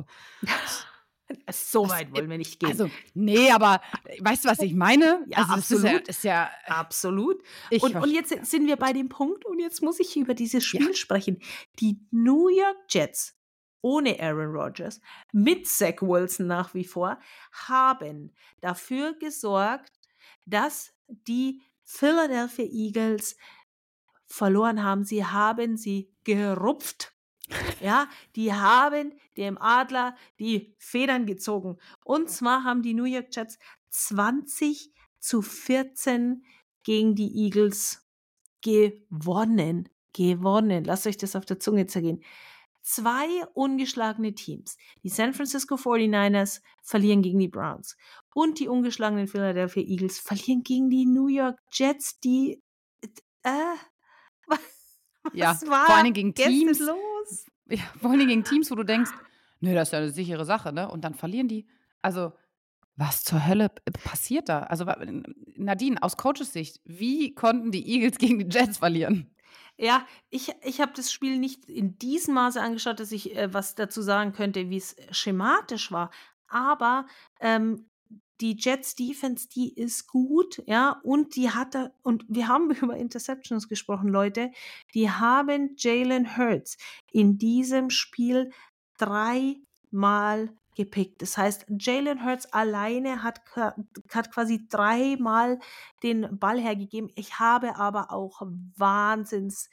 so weit wollen wir nicht gehen. Also, nee, aber weißt du, was ich meine? Ja, also, das absolut. Ist ja, ist ja Absolut. Ich und, und verstehe. jetzt sind wir bei dem Punkt und jetzt muss ich über dieses Spiel Ja. sprechen. Die New York Jets ohne Aaron Rodgers, mit Zach Wilson nach wie vor, haben dafür gesorgt, dass die Philadelphia Eagles verloren haben. Sie haben sie gerupft. Ja, die haben dem Adler die Federn gezogen. Und zwar haben die New York Jets zwanzig zu vierzehn gegen die Eagles gewonnen. Gewonnen. Lasst euch das auf der Zunge zergehen. Zwei ungeschlagene Teams. Die San Francisco forty-niners verlieren gegen die Browns. Und die ungeschlagenen Philadelphia Eagles verlieren gegen die New York Jets, die äh, was Ja, war vor allen Dingen gegen gestern Teams. los? Ja, vor allen Dingen gegen Teams, wo du denkst, nö, das ist ja eine sichere Sache, ne? Und dann verlieren die. Also, was zur Hölle p- passiert da? Also, wa- Nadine, aus Coaches Sicht, wie konnten die Eagles gegen die Jets verlieren? Ja, ich, ich habe das Spiel nicht in diesem Maße angeschaut, dass ich äh, was dazu sagen könnte, wie es schematisch war. Aber ähm, die Jets Defense, die ist gut, ja, und die hatte, und wir haben über Interceptions gesprochen, Leute, die haben Jalen Hurts in diesem Spiel dreimal gepickt. Das heißt, Jalen Hurts alleine hat, ka- hat quasi dreimal den Ball hergegeben. Ich habe aber auch Wahnsinns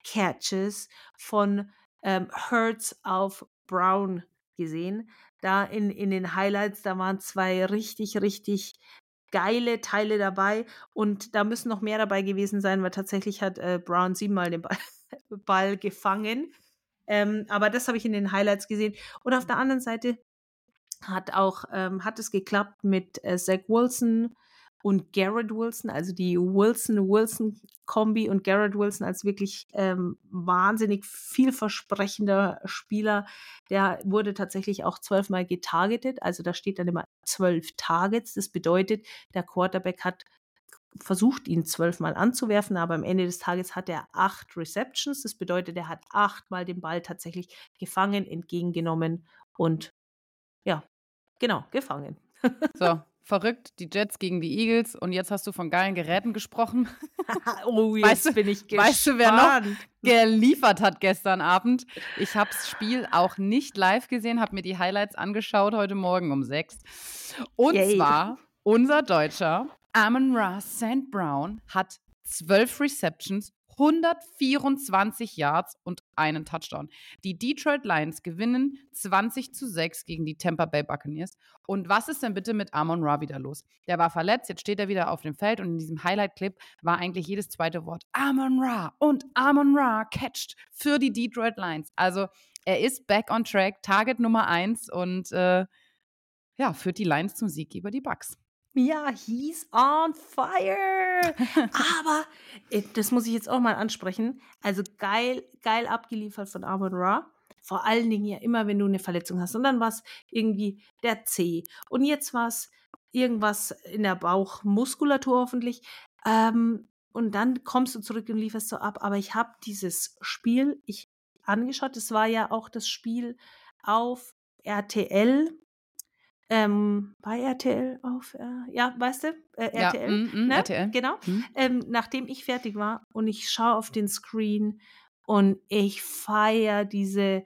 Catches von ähm, Hurts auf Brown gesehen. Da in, in den Highlights, da waren zwei richtig, richtig geile Teile dabei und da müssen noch mehr dabei gewesen sein, weil tatsächlich hat äh, Brown siebenmal den Ball, Ball gefangen. Ähm, aber das habe ich in den Highlights gesehen. Und auf der anderen Seite hat auch ähm, hat es geklappt mit äh, Zach Wilson und Garrett Wilson, also die Wilson-Wilson-Kombi und Garrett Wilson als wirklich ähm, wahnsinnig vielversprechender Spieler. Der wurde tatsächlich auch zwölfmal getargetet, also da steht dann immer zwölf Targets. Das bedeutet, der Quarterback hat versucht, ihn zwölfmal anzuwerfen, aber am Ende des Tages hat er acht Receptions. Das bedeutet, er hat achtmal den Ball tatsächlich gefangen, entgegengenommen und ja, genau, gefangen. So, verrückt, die Jets gegen die Eagles und jetzt hast du von geilen Geräten gesprochen. Oh, Weißt jetzt du- bin ich gespannt. Weißt du, wer noch geliefert hat gestern Abend? Ich habe das Spiel auch nicht live gesehen, habe mir die Highlights angeschaut heute Morgen um sechs. Und Yay. zwar unser Deutscher Amon-Ra Saint Brown hat zwölf Receptions, hundertvierundzwanzig Yards und einen Touchdown. Die Detroit Lions gewinnen zwanzig zu sechs gegen die Tampa Bay Buccaneers. Und was ist denn bitte mit Amon-Ra wieder los? Der war verletzt, jetzt steht er wieder auf dem Feld und in diesem Highlight-Clip war eigentlich jedes zweite Wort Amon-Ra und Amon-Ra catcht für die Detroit Lions. Also er ist back on track, Target Nummer eins und äh, ja, führt die Lions zum Sieg über die Bucks. Ja, he's on fire. Aber, äh, das muss ich jetzt auch mal ansprechen, also geil, geil abgeliefert von Amon-Ra. Vor allen Dingen ja immer, wenn du eine Verletzung hast. Und dann war es irgendwie der Zeh. Und jetzt war es irgendwas in der Bauchmuskulatur hoffentlich. Ähm, und dann kommst du zurück und lieferst so ab. Aber ich habe dieses Spiel ich angeschaut. Es war ja auch das Spiel auf R T L. Ähm, bei R T L auf, äh, ja, weißt du, äh, Ja, R T L, mm, mm, ne? R T L. Genau. Mm. Ähm, nachdem ich fertig war und ich schaue auf den Screen und ich feiere diese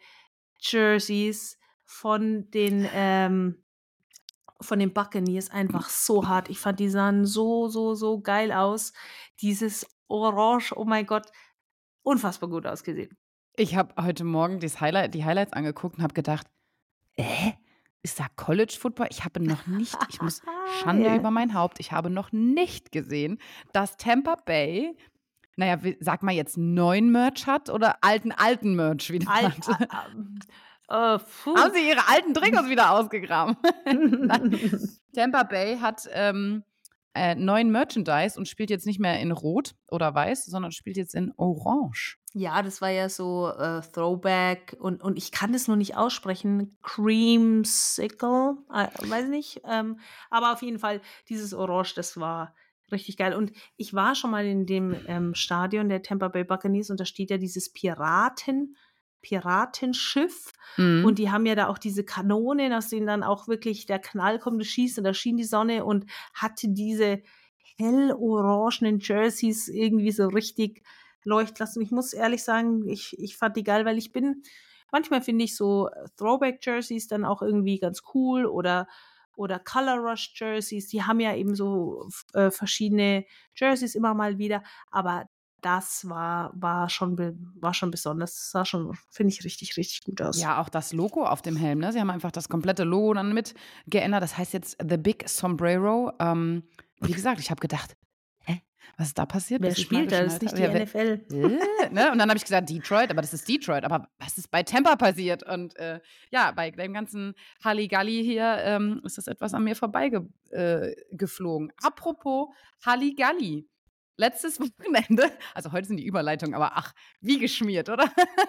Jerseys von den, ähm, von den Buccaneers einfach so hart. Ich fand, die sahen so, so, so geil aus. Dieses Orange, oh mein Gott, unfassbar gut ausgesehen. Ich habe heute Morgen das Highlight, die Highlights angeguckt und habe gedacht, äh, ist da College Football? Ich habe noch nicht, ich muss, Schande Ja. über mein Haupt, ich habe noch nicht gesehen, dass Tampa Bay, naja, wie- sag mal jetzt neuen Merch hat oder alten, alten Merch wieder Al hat. a- am- äh, puh. Haben sie ihre alten Trikots wieder ausgegraben? Nein. Tampa Bay hat ähm, äh, neuen Merchandise und spielt jetzt nicht mehr in Rot oder Weiß, sondern spielt jetzt in Orange. Ja, das war ja so äh, Throwback und, und ich kann das nur nicht aussprechen. Creamsicle, äh, weiß nicht. Ähm, aber auf jeden Fall, dieses Orange, das war richtig geil. Und ich war schon mal in dem ähm, Stadion der Tampa Bay Buccaneers und da steht ja dieses Piraten, Piratenschiff. Mhm. Und die haben ja da auch diese Kanonen, aus denen dann auch wirklich der Knall kommt, du schießt und da schien die Sonne und hatte diese hellorangenen Jerseys irgendwie so richtig leuchten lassen. Ich muss ehrlich sagen, ich, ich fand die geil, weil ich bin manchmal finde ich so äh, Throwback-Jerseys dann auch irgendwie ganz cool oder, oder Color Rush-Jerseys. Die haben ja eben so f- äh, verschiedene Jerseys immer mal wieder. Aber das war, war, schon, be- war schon besonders. Das sah schon, finde ich, richtig, richtig gut aus. Ja, auch das Logo auf dem Helm, ne? Sie haben einfach das komplette Logo dann mit geändert. Das heißt jetzt The Big Sombrero. Ähm, wie gesagt, ich habe gedacht, hä, was ist da passiert, Wer bis ich mal spielt da? Das ist geschnallt nicht habe? die Ja, wer, N F L. äh, ne? Und dann habe ich gesagt, Detroit, aber das ist Detroit. Aber was ist bei Tampa passiert? Und äh, ja, bei dem ganzen Halligalli hier ähm, ist das etwas an mir vorbeigeflogen. Äh, geflogen. Apropos Halligalli. Letztes Wochenende, also heute sind die Überleitungen, aber ach, wie geschmiert, oder?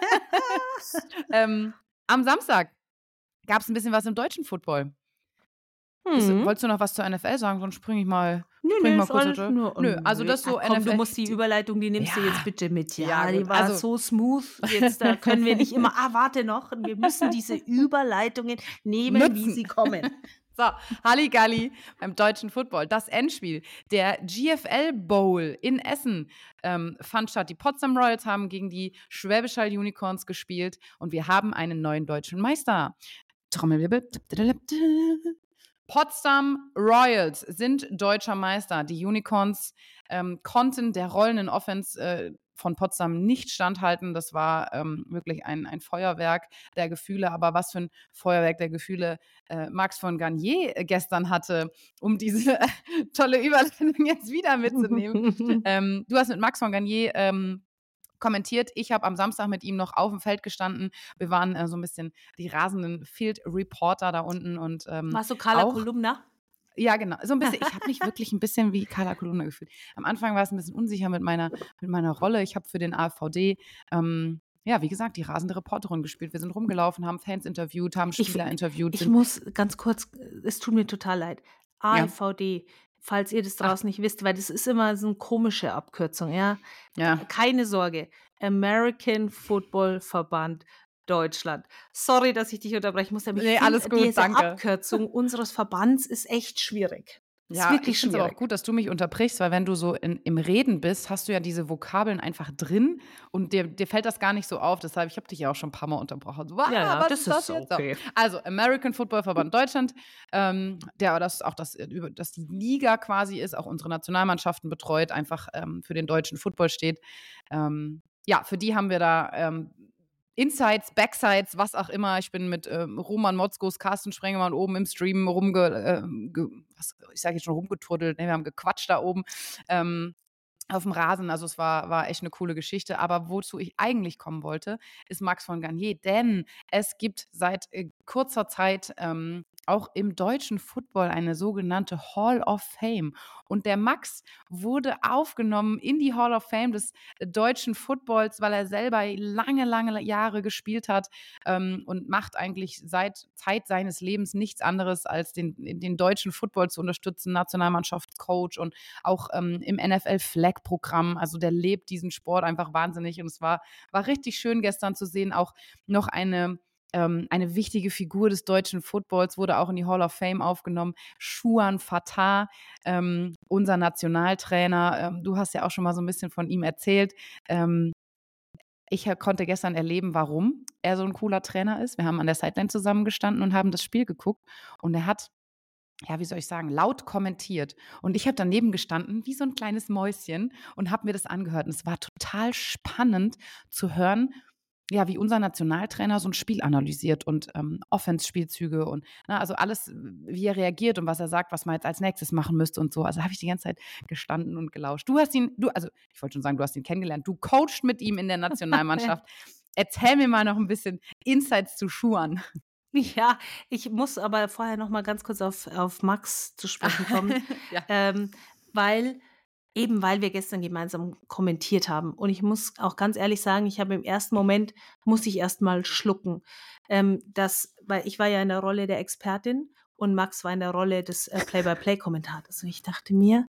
ähm, am Samstag gab es ein bisschen was im deutschen Football. Ist, Hm. wolltest du noch was zur N F L sagen? Sonst springe ich mal, Nö, spring nö, mal ist kurz. alles Oder? nur. Nö, also Nö. das Ah, so komm, du N F L. musst die Überleitung, die nimmst du Ja, jetzt bitte mit. Ja, ja, die gut. war Also, so smooth. Jetzt da können wir nicht immer, ah, warte noch. Wir müssen diese Überleitungen nehmen, wie nutzen. sie kommen. So, Halligalli beim deutschen Football. Das Endspiel. Der G F L Bowl in Essen ähm, fand statt. Die Potsdam Royals haben gegen die Schwäbisch Hall Unicorns gespielt und wir haben einen neuen deutschen Meister. Trommelwirbel. Potsdam Royals sind deutscher Meister. Die Unicorns ähm, konnten der rollenden Offense äh, von Potsdam nicht standhalten. Das war ähm, wirklich ein, ein Feuerwerk der Gefühle. Aber was für ein Feuerwerk der Gefühle äh, Max von Garnier äh, gestern hatte, um diese äh, tolle Überleitung jetzt wieder mitzunehmen. ähm, du hast mit Max von Garnier ähm, kommentiert. Ich habe am Samstag mit ihm noch auf dem Feld gestanden. Wir waren äh, so ein bisschen die rasenden Field Reporter da unten und ähm, Warst du Carla auch Kolumna? ja, genau. So ein bisschen, ich habe mich wirklich ein bisschen wie Carla Kolumna gefühlt. Am Anfang war es ein bisschen unsicher mit meiner, mit meiner Rolle. Ich habe für den A F V D, ähm, ja, wie gesagt, die rasende Reporterin gespielt. Wir sind rumgelaufen, haben Fans interviewt, haben Ich, Spieler interviewt. ich Sind, muss ganz kurz, es tut mir total leid. ja, A F V D, falls ihr das ach, draußen nicht wisst, weil das ist immer so eine komische Abkürzung, ja. ja. Keine Sorge. American Football Verband Deutschland. Sorry, dass ich dich unterbrechen muss, aber ich Nee, finde, alles gut, diese danke. Abkürzung unseres Verbands ist echt schwierig. Ist Ja, wirklich ich finde es aber auch schwierig. gut, dass du mich unterbrichst, weil wenn du so in, im Reden bist, hast du ja diese Vokabeln einfach drin und dir, dir fällt das gar nicht so auf. Deshalb, ich habe dich ja auch schon ein paar Mal unterbrochen. So, Ja, ah, ja, was das ist das ist jetzt? So. okay. Also, American Football Verband Deutschland, ähm, der das auch das, über- dass die Liga quasi ist, auch unsere Nationalmannschaften betreut, einfach ähm, für den deutschen Football steht. Ähm, ja, für die haben wir da ähm, Insides, Backsides, was auch immer. Ich bin mit ähm, Roman Motzkos, Carsten Sprengemann oben im Stream rumge, äh, ge, was, ich sage jetzt schon rumgetuddelt, ne, wir haben gequatscht da oben ähm, auf dem Rasen. Also es war, war echt eine coole Geschichte. Aber wozu ich eigentlich kommen wollte, ist Max von Garnier. Denn es gibt seit äh, kurzer Zeit ähm, auch im deutschen Football eine sogenannte Hall of Fame. Und der Max wurde aufgenommen in die Hall of Fame des deutschen Footballs, weil er selber lange, lange Jahre gespielt hat ähm, und macht eigentlich seit Zeit seines Lebens nichts anderes, als den, den deutschen Football zu unterstützen, Nationalmannschaftscoach und auch ähm, im N F L-Flag-Programm. Also der lebt diesen Sport einfach wahnsinnig und es war, war richtig schön gestern zu sehen, auch noch eine ähm, eine wichtige Figur des deutschen Footballs wurde auch in die Hall of Fame aufgenommen. Shuan Fatah, ähm, unser Nationaltrainer. Ähm, du hast ja auch schon mal so ein bisschen von ihm erzählt. Ähm, ich konnte gestern erleben, warum er so ein cooler Trainer ist. Wir haben an der Sideline zusammengestanden und haben das Spiel geguckt. Und er hat, ja, wie soll ich sagen, laut kommentiert. Und ich habe daneben gestanden, wie so ein kleines Mäuschen, und habe mir das angehört. Und es war total spannend zu hören, ja, wie unser Nationaltrainer so ein Spiel analysiert und ähm, Offense-Spielzüge und ne, also alles, wie er reagiert und was er sagt, was man jetzt als nächstes machen müsste und so. Also habe ich die ganze Zeit gestanden und gelauscht. Du hast ihn, du, also ich wollte schon sagen, du hast ihn kennengelernt. Du coachst mit ihm in der Nationalmannschaft. Erzähl mir mal noch ein bisschen Insights zu Schuhan. Ja, ich muss aber vorher noch mal ganz kurz auf, auf Max zu sprechen kommen, ja. ähm, weil eben weil wir gestern gemeinsam kommentiert haben. Und ich muss auch ganz ehrlich sagen, ich habe im ersten Moment, muss ich erst mal schlucken. Ähm, das, weil ich war ja in der Rolle der Expertin und Max war in der Rolle des äh, Play-by-Play-Kommentators. Und ich dachte mir,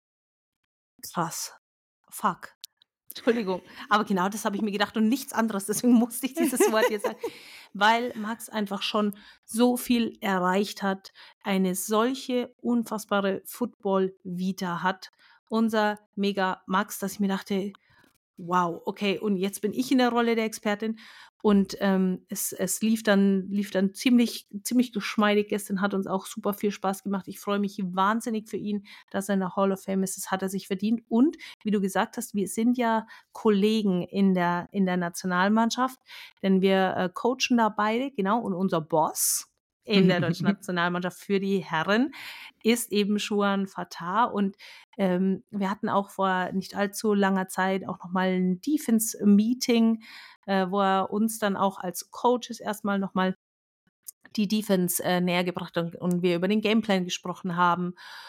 krass, fuck. Entschuldigung, aber genau das habe ich mir gedacht und nichts anderes. Deswegen musste ich dieses Wort jetzt sagen, weil Max einfach schon so viel erreicht hat, eine solche unfassbare Football-Vita hat. Unser Mega Max, dass ich mir dachte, Wow, okay, und jetzt bin ich in der Rolle der Expertin und, ähm, es es lief dann lief dann ziemlich ziemlich geschmeidig. Gestern hat uns auch super viel Spaß gemacht. Ich freue mich wahnsinnig für ihn, dass er in der Hall of Fame ist. Das hat er sich verdient. Und wie du gesagt hast, wir sind ja Kollegen in der in der Nationalmannschaft, denn wir, äh, coachen da beide, genau, und unser Boss in der deutschen Nationalmannschaft für die Herren ist eben Shuan Fatah und ähm, wir hatten auch vor nicht allzu langer Zeit auch noch mal 'n Defense-Meeting, äh, wo er uns dann auch als Coaches erst mal noch mal die Defense, äh, näher gebracht hat und wir über den Gameplan gesprochen haben.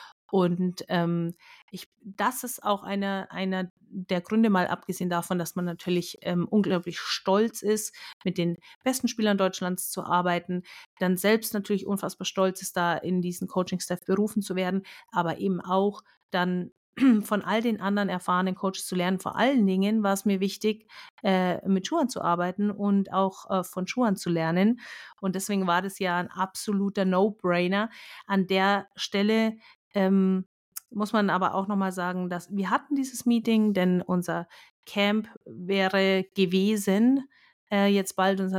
Und, ähm, ich das ist auch einer einer der Gründe, mal abgesehen davon, dass man natürlich, ähm, unglaublich stolz ist, mit den besten Spielern Deutschlands zu arbeiten, dann selbst natürlich unfassbar stolz ist, da in diesen Coaching-Staff berufen zu werden, aber eben auch dann von all den anderen erfahrenen Coaches zu lernen. Vor allen Dingen war es mir wichtig, äh, mit Schuhan zu arbeiten und auch, äh, von Schuhan zu lernen. Und deswegen war das ja ein absoluter No-Brainer. An der Stelle, ähm, muss man aber auch noch mal sagen, dass wir hatten dieses Meeting, denn unser Camp wäre gewesen, äh, jetzt bald unser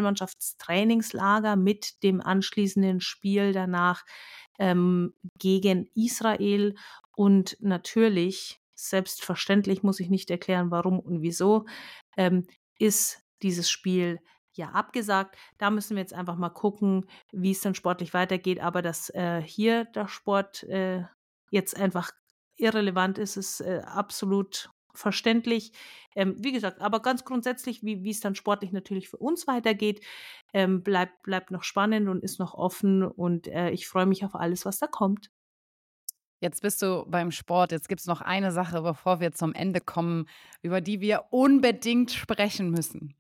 Nationalmannschaftstrainingslager mit dem anschließenden Spiel danach, ähm, gegen Israel. Und natürlich, selbstverständlich muss ich nicht erklären, warum und wieso, ähm, ist dieses Spiel ja abgesagt. Da müssen wir jetzt einfach mal gucken, wie es dann sportlich weitergeht. Aber dass äh, hier der Sport äh, jetzt einfach irrelevant ist, ist äh, absolut verständlich. Ähm, wie gesagt, aber ganz grundsätzlich, wie wie es dann sportlich natürlich für uns weitergeht, ähm, bleibt bleibt noch spannend und ist noch offen und, äh, ich freue mich auf alles, was da kommt. Jetzt bist du beim Sport. Jetzt gibt es noch eine Sache, bevor wir zum Ende kommen, über die wir unbedingt sprechen müssen.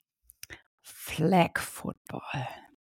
Flag Football.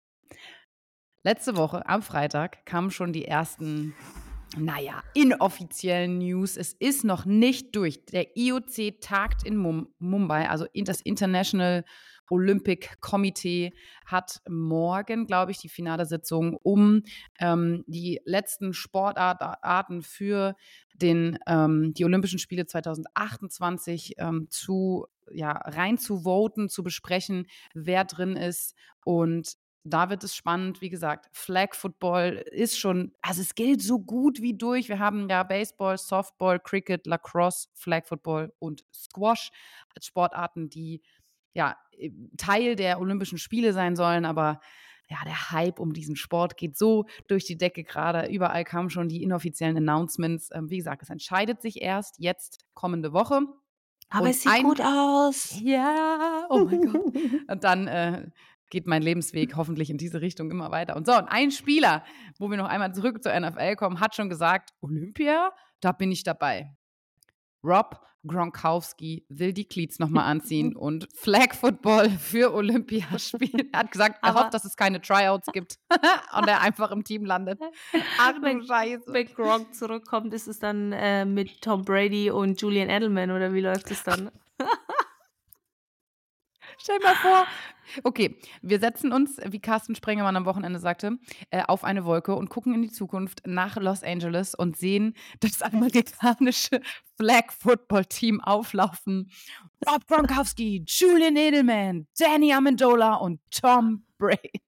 Letzte Woche am Freitag kamen schon die ersten, naja, inoffiziellen News. Es ist noch nicht durch. Der I O C tagt in Mum- Mumbai, also in- das International Olympic Committee hat morgen, glaube ich, die finale Sitzung, um ähm, die letzten Sportarten für den, ähm, die Olympischen Spiele zwanzig achtundzwanzig ähm, zu, ja, rein zu voten, zu besprechen, wer drin ist. Und da wird es spannend. Wie gesagt, Flag Football ist schon, also es gilt so gut wie durch. Wir haben ja Baseball, Softball, Cricket, Lacrosse, Flag Football und Squash als Sportarten, die ja Teil der Olympischen Spiele sein sollen. Aber ja, der Hype um diesen Sport geht so durch die Decke gerade. Überall kamen schon die inoffiziellen Announcements. Ähm, wie gesagt, es entscheidet sich erst jetzt kommende Woche. Aber Und es sieht ein gut aus. ja, oh mein Gott. Und dann äh, geht mein Lebensweg hoffentlich in diese Richtung immer weiter. Und so, und ein Spieler, wo wir noch einmal zurück zur N F L kommen, hat schon gesagt, Olympia, da bin ich dabei. Rob Gronkowski will die Cleats nochmal anziehen und Flag Football für Olympia spielen. Er hat gesagt, er hofft, Aber dass es keine Tryouts gibt und er einfach im Team landet. Ach du wenn Scheiße. wenn Gronk zurückkommt, ist es dann, äh, mit Tom Brady und Julian Edelman oder wie läuft es dann? Stell dir mal vor, okay, wir setzen uns, wie Carsten Spengemann am Wochenende sagte, äh, auf eine Wolke und gucken in die Zukunft nach Los Angeles und sehen das amerikanische Flag-Football-Team auflaufen. Rob Gronkowski, Julian Edelman, Danny Amendola und Tom Brady.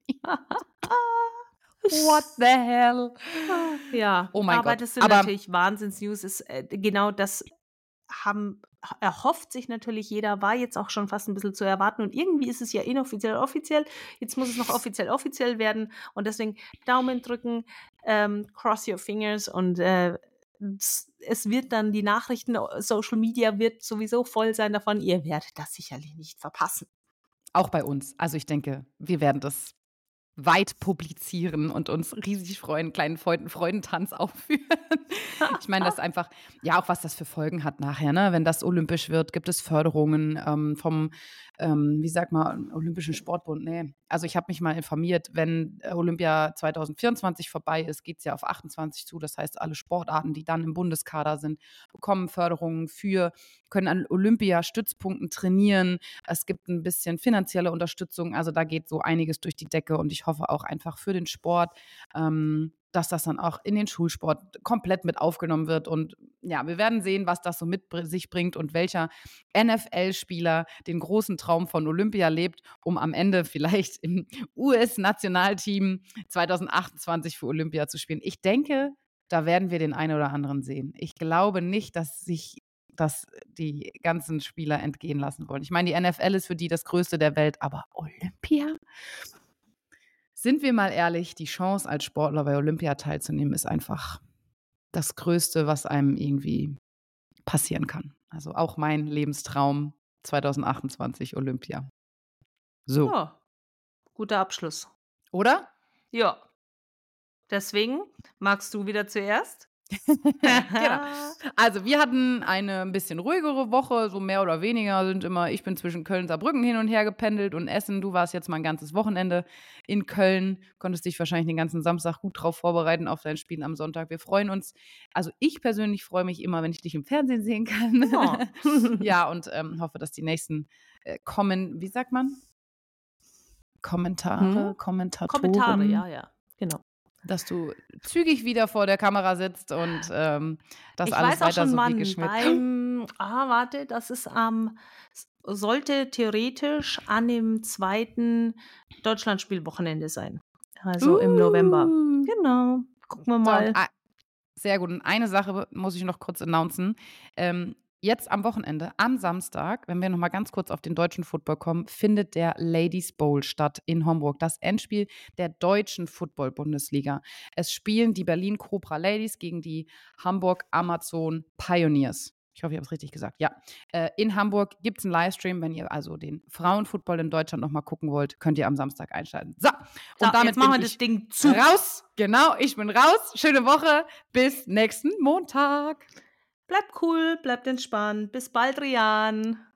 What the hell? Ja, Oh mein aber Gott. das sind Aber natürlich Wahnsinns-News. Ist, äh, genau das haben erhofft sich natürlich jeder, war jetzt auch schon fast ein bisschen zu erwarten und irgendwie ist es ja inoffiziell offiziell. Jetzt muss es noch offiziell offiziell werden und deswegen Daumen drücken, ähm, cross your fingers und, äh, s es wird dann die Nachrichten Social Media wird sowieso voll sein davon. Ihr werdet das sicherlich nicht verpassen. auch bei uns. Also ich denke, wir werden das weit publizieren und uns riesig freuen, einen kleinen Freuden Freudentanz aufführen. Ich meine, das einfach ja, auch was das für Folgen hat nachher, ne? Wenn das olympisch wird, gibt es Förderungen, ähm, vom, ähm, wie sagt man, Olympischen Sportbund? Ne, also ich habe mich mal informiert, wenn äh, Olympia zwanzig vierundzwanzig vorbei ist, geht's ja auf achtundzwanzig zu. Das heißt, alle Sportarten, die dann im Bundeskader sind, bekommen Förderungen für können an Olympiastützpunkten trainieren. Es gibt ein bisschen finanzielle Unterstützung. Also, da geht so einiges durch die Decke und ich hoffe auch einfach für den Sport, ähm, dass das dann auch in den Schulsport komplett mit aufgenommen wird. Und ja, wir werden sehen, was das so mit sich bringt und welcher N F L-Spieler den großen Traum von Olympia lebt, um am Ende vielleicht im U S-Nationalteam zwanzig achtundzwanzig für Olympia zu spielen. Ich denke, da werden wir den einen oder anderen sehen. Ich glaube nicht, dass sich das die ganzen Spieler entgehen lassen wollen. Ich meine, die N F L ist für die das Größte der Welt, aber Olympia? Sind wir mal ehrlich, die Chance als Sportler bei Olympia teilzunehmen, ist einfach das Größte, was einem irgendwie passieren kann. Also auch mein Lebenstraum zwanzig achtundzwanzig Olympia. So. Ja, guter Abschluss. Oder? Ja. Deswegen magst du wieder zuerst? Genau. Also wir hatten eine ein bisschen ruhigere Woche, so mehr oder weniger sind immer, ich bin zwischen Köln und Saarbrücken hin und her gependelt und Essen. Du warst jetzt mal ein ganzes Wochenende in Köln, konntest dich wahrscheinlich den ganzen Samstag gut drauf vorbereiten auf dein Spiel am Sonntag. Wir freuen uns, also ich persönlich freue mich immer, wenn ich dich im Fernsehen sehen kann. Oh. Ja, und ähm, hoffe, dass die nächsten äh, kommen, wie sagt man? Kommentare, Hm? Kommentatoren. Kommentare, ja, ja, genau. Dass du zügig wieder vor der Kamera sitzt und ähm, das Ich alles weiß auch weiter schon, so wie wann. geschmiert. Beim, ah, warte, das ist am, sollte theoretisch an dem zweiten Deutschlandspielwochenende sein. Also im November. Uh. Genau. Gucken wir So, mal. und, ah, sehr gut. Und eine Sache muss ich noch kurz announcen. Ähm, jetzt am Wochenende, am Samstag, wenn wir noch mal ganz kurz auf den deutschen Football kommen, findet der Ladies Bowl statt in Homburg. Das Endspiel der deutschen Football-Bundesliga. Es spielen die Berlin Cobra Ladies gegen die Hamburg Amazon Pioneers. Ich hoffe, ich habe es richtig gesagt. Ja, äh, in Hamburg gibt es einen Livestream. Wenn ihr also den Frauenfootball in Deutschland noch mal gucken wollt, könnt ihr am Samstag einschalten. So, und So, damit jetzt machen wir bin das ich Ding zu. raus. Genau, ich bin raus. Schöne Woche. Bis nächsten Montag. Bleibt cool, bleibt entspannt. Bis bald, Rian.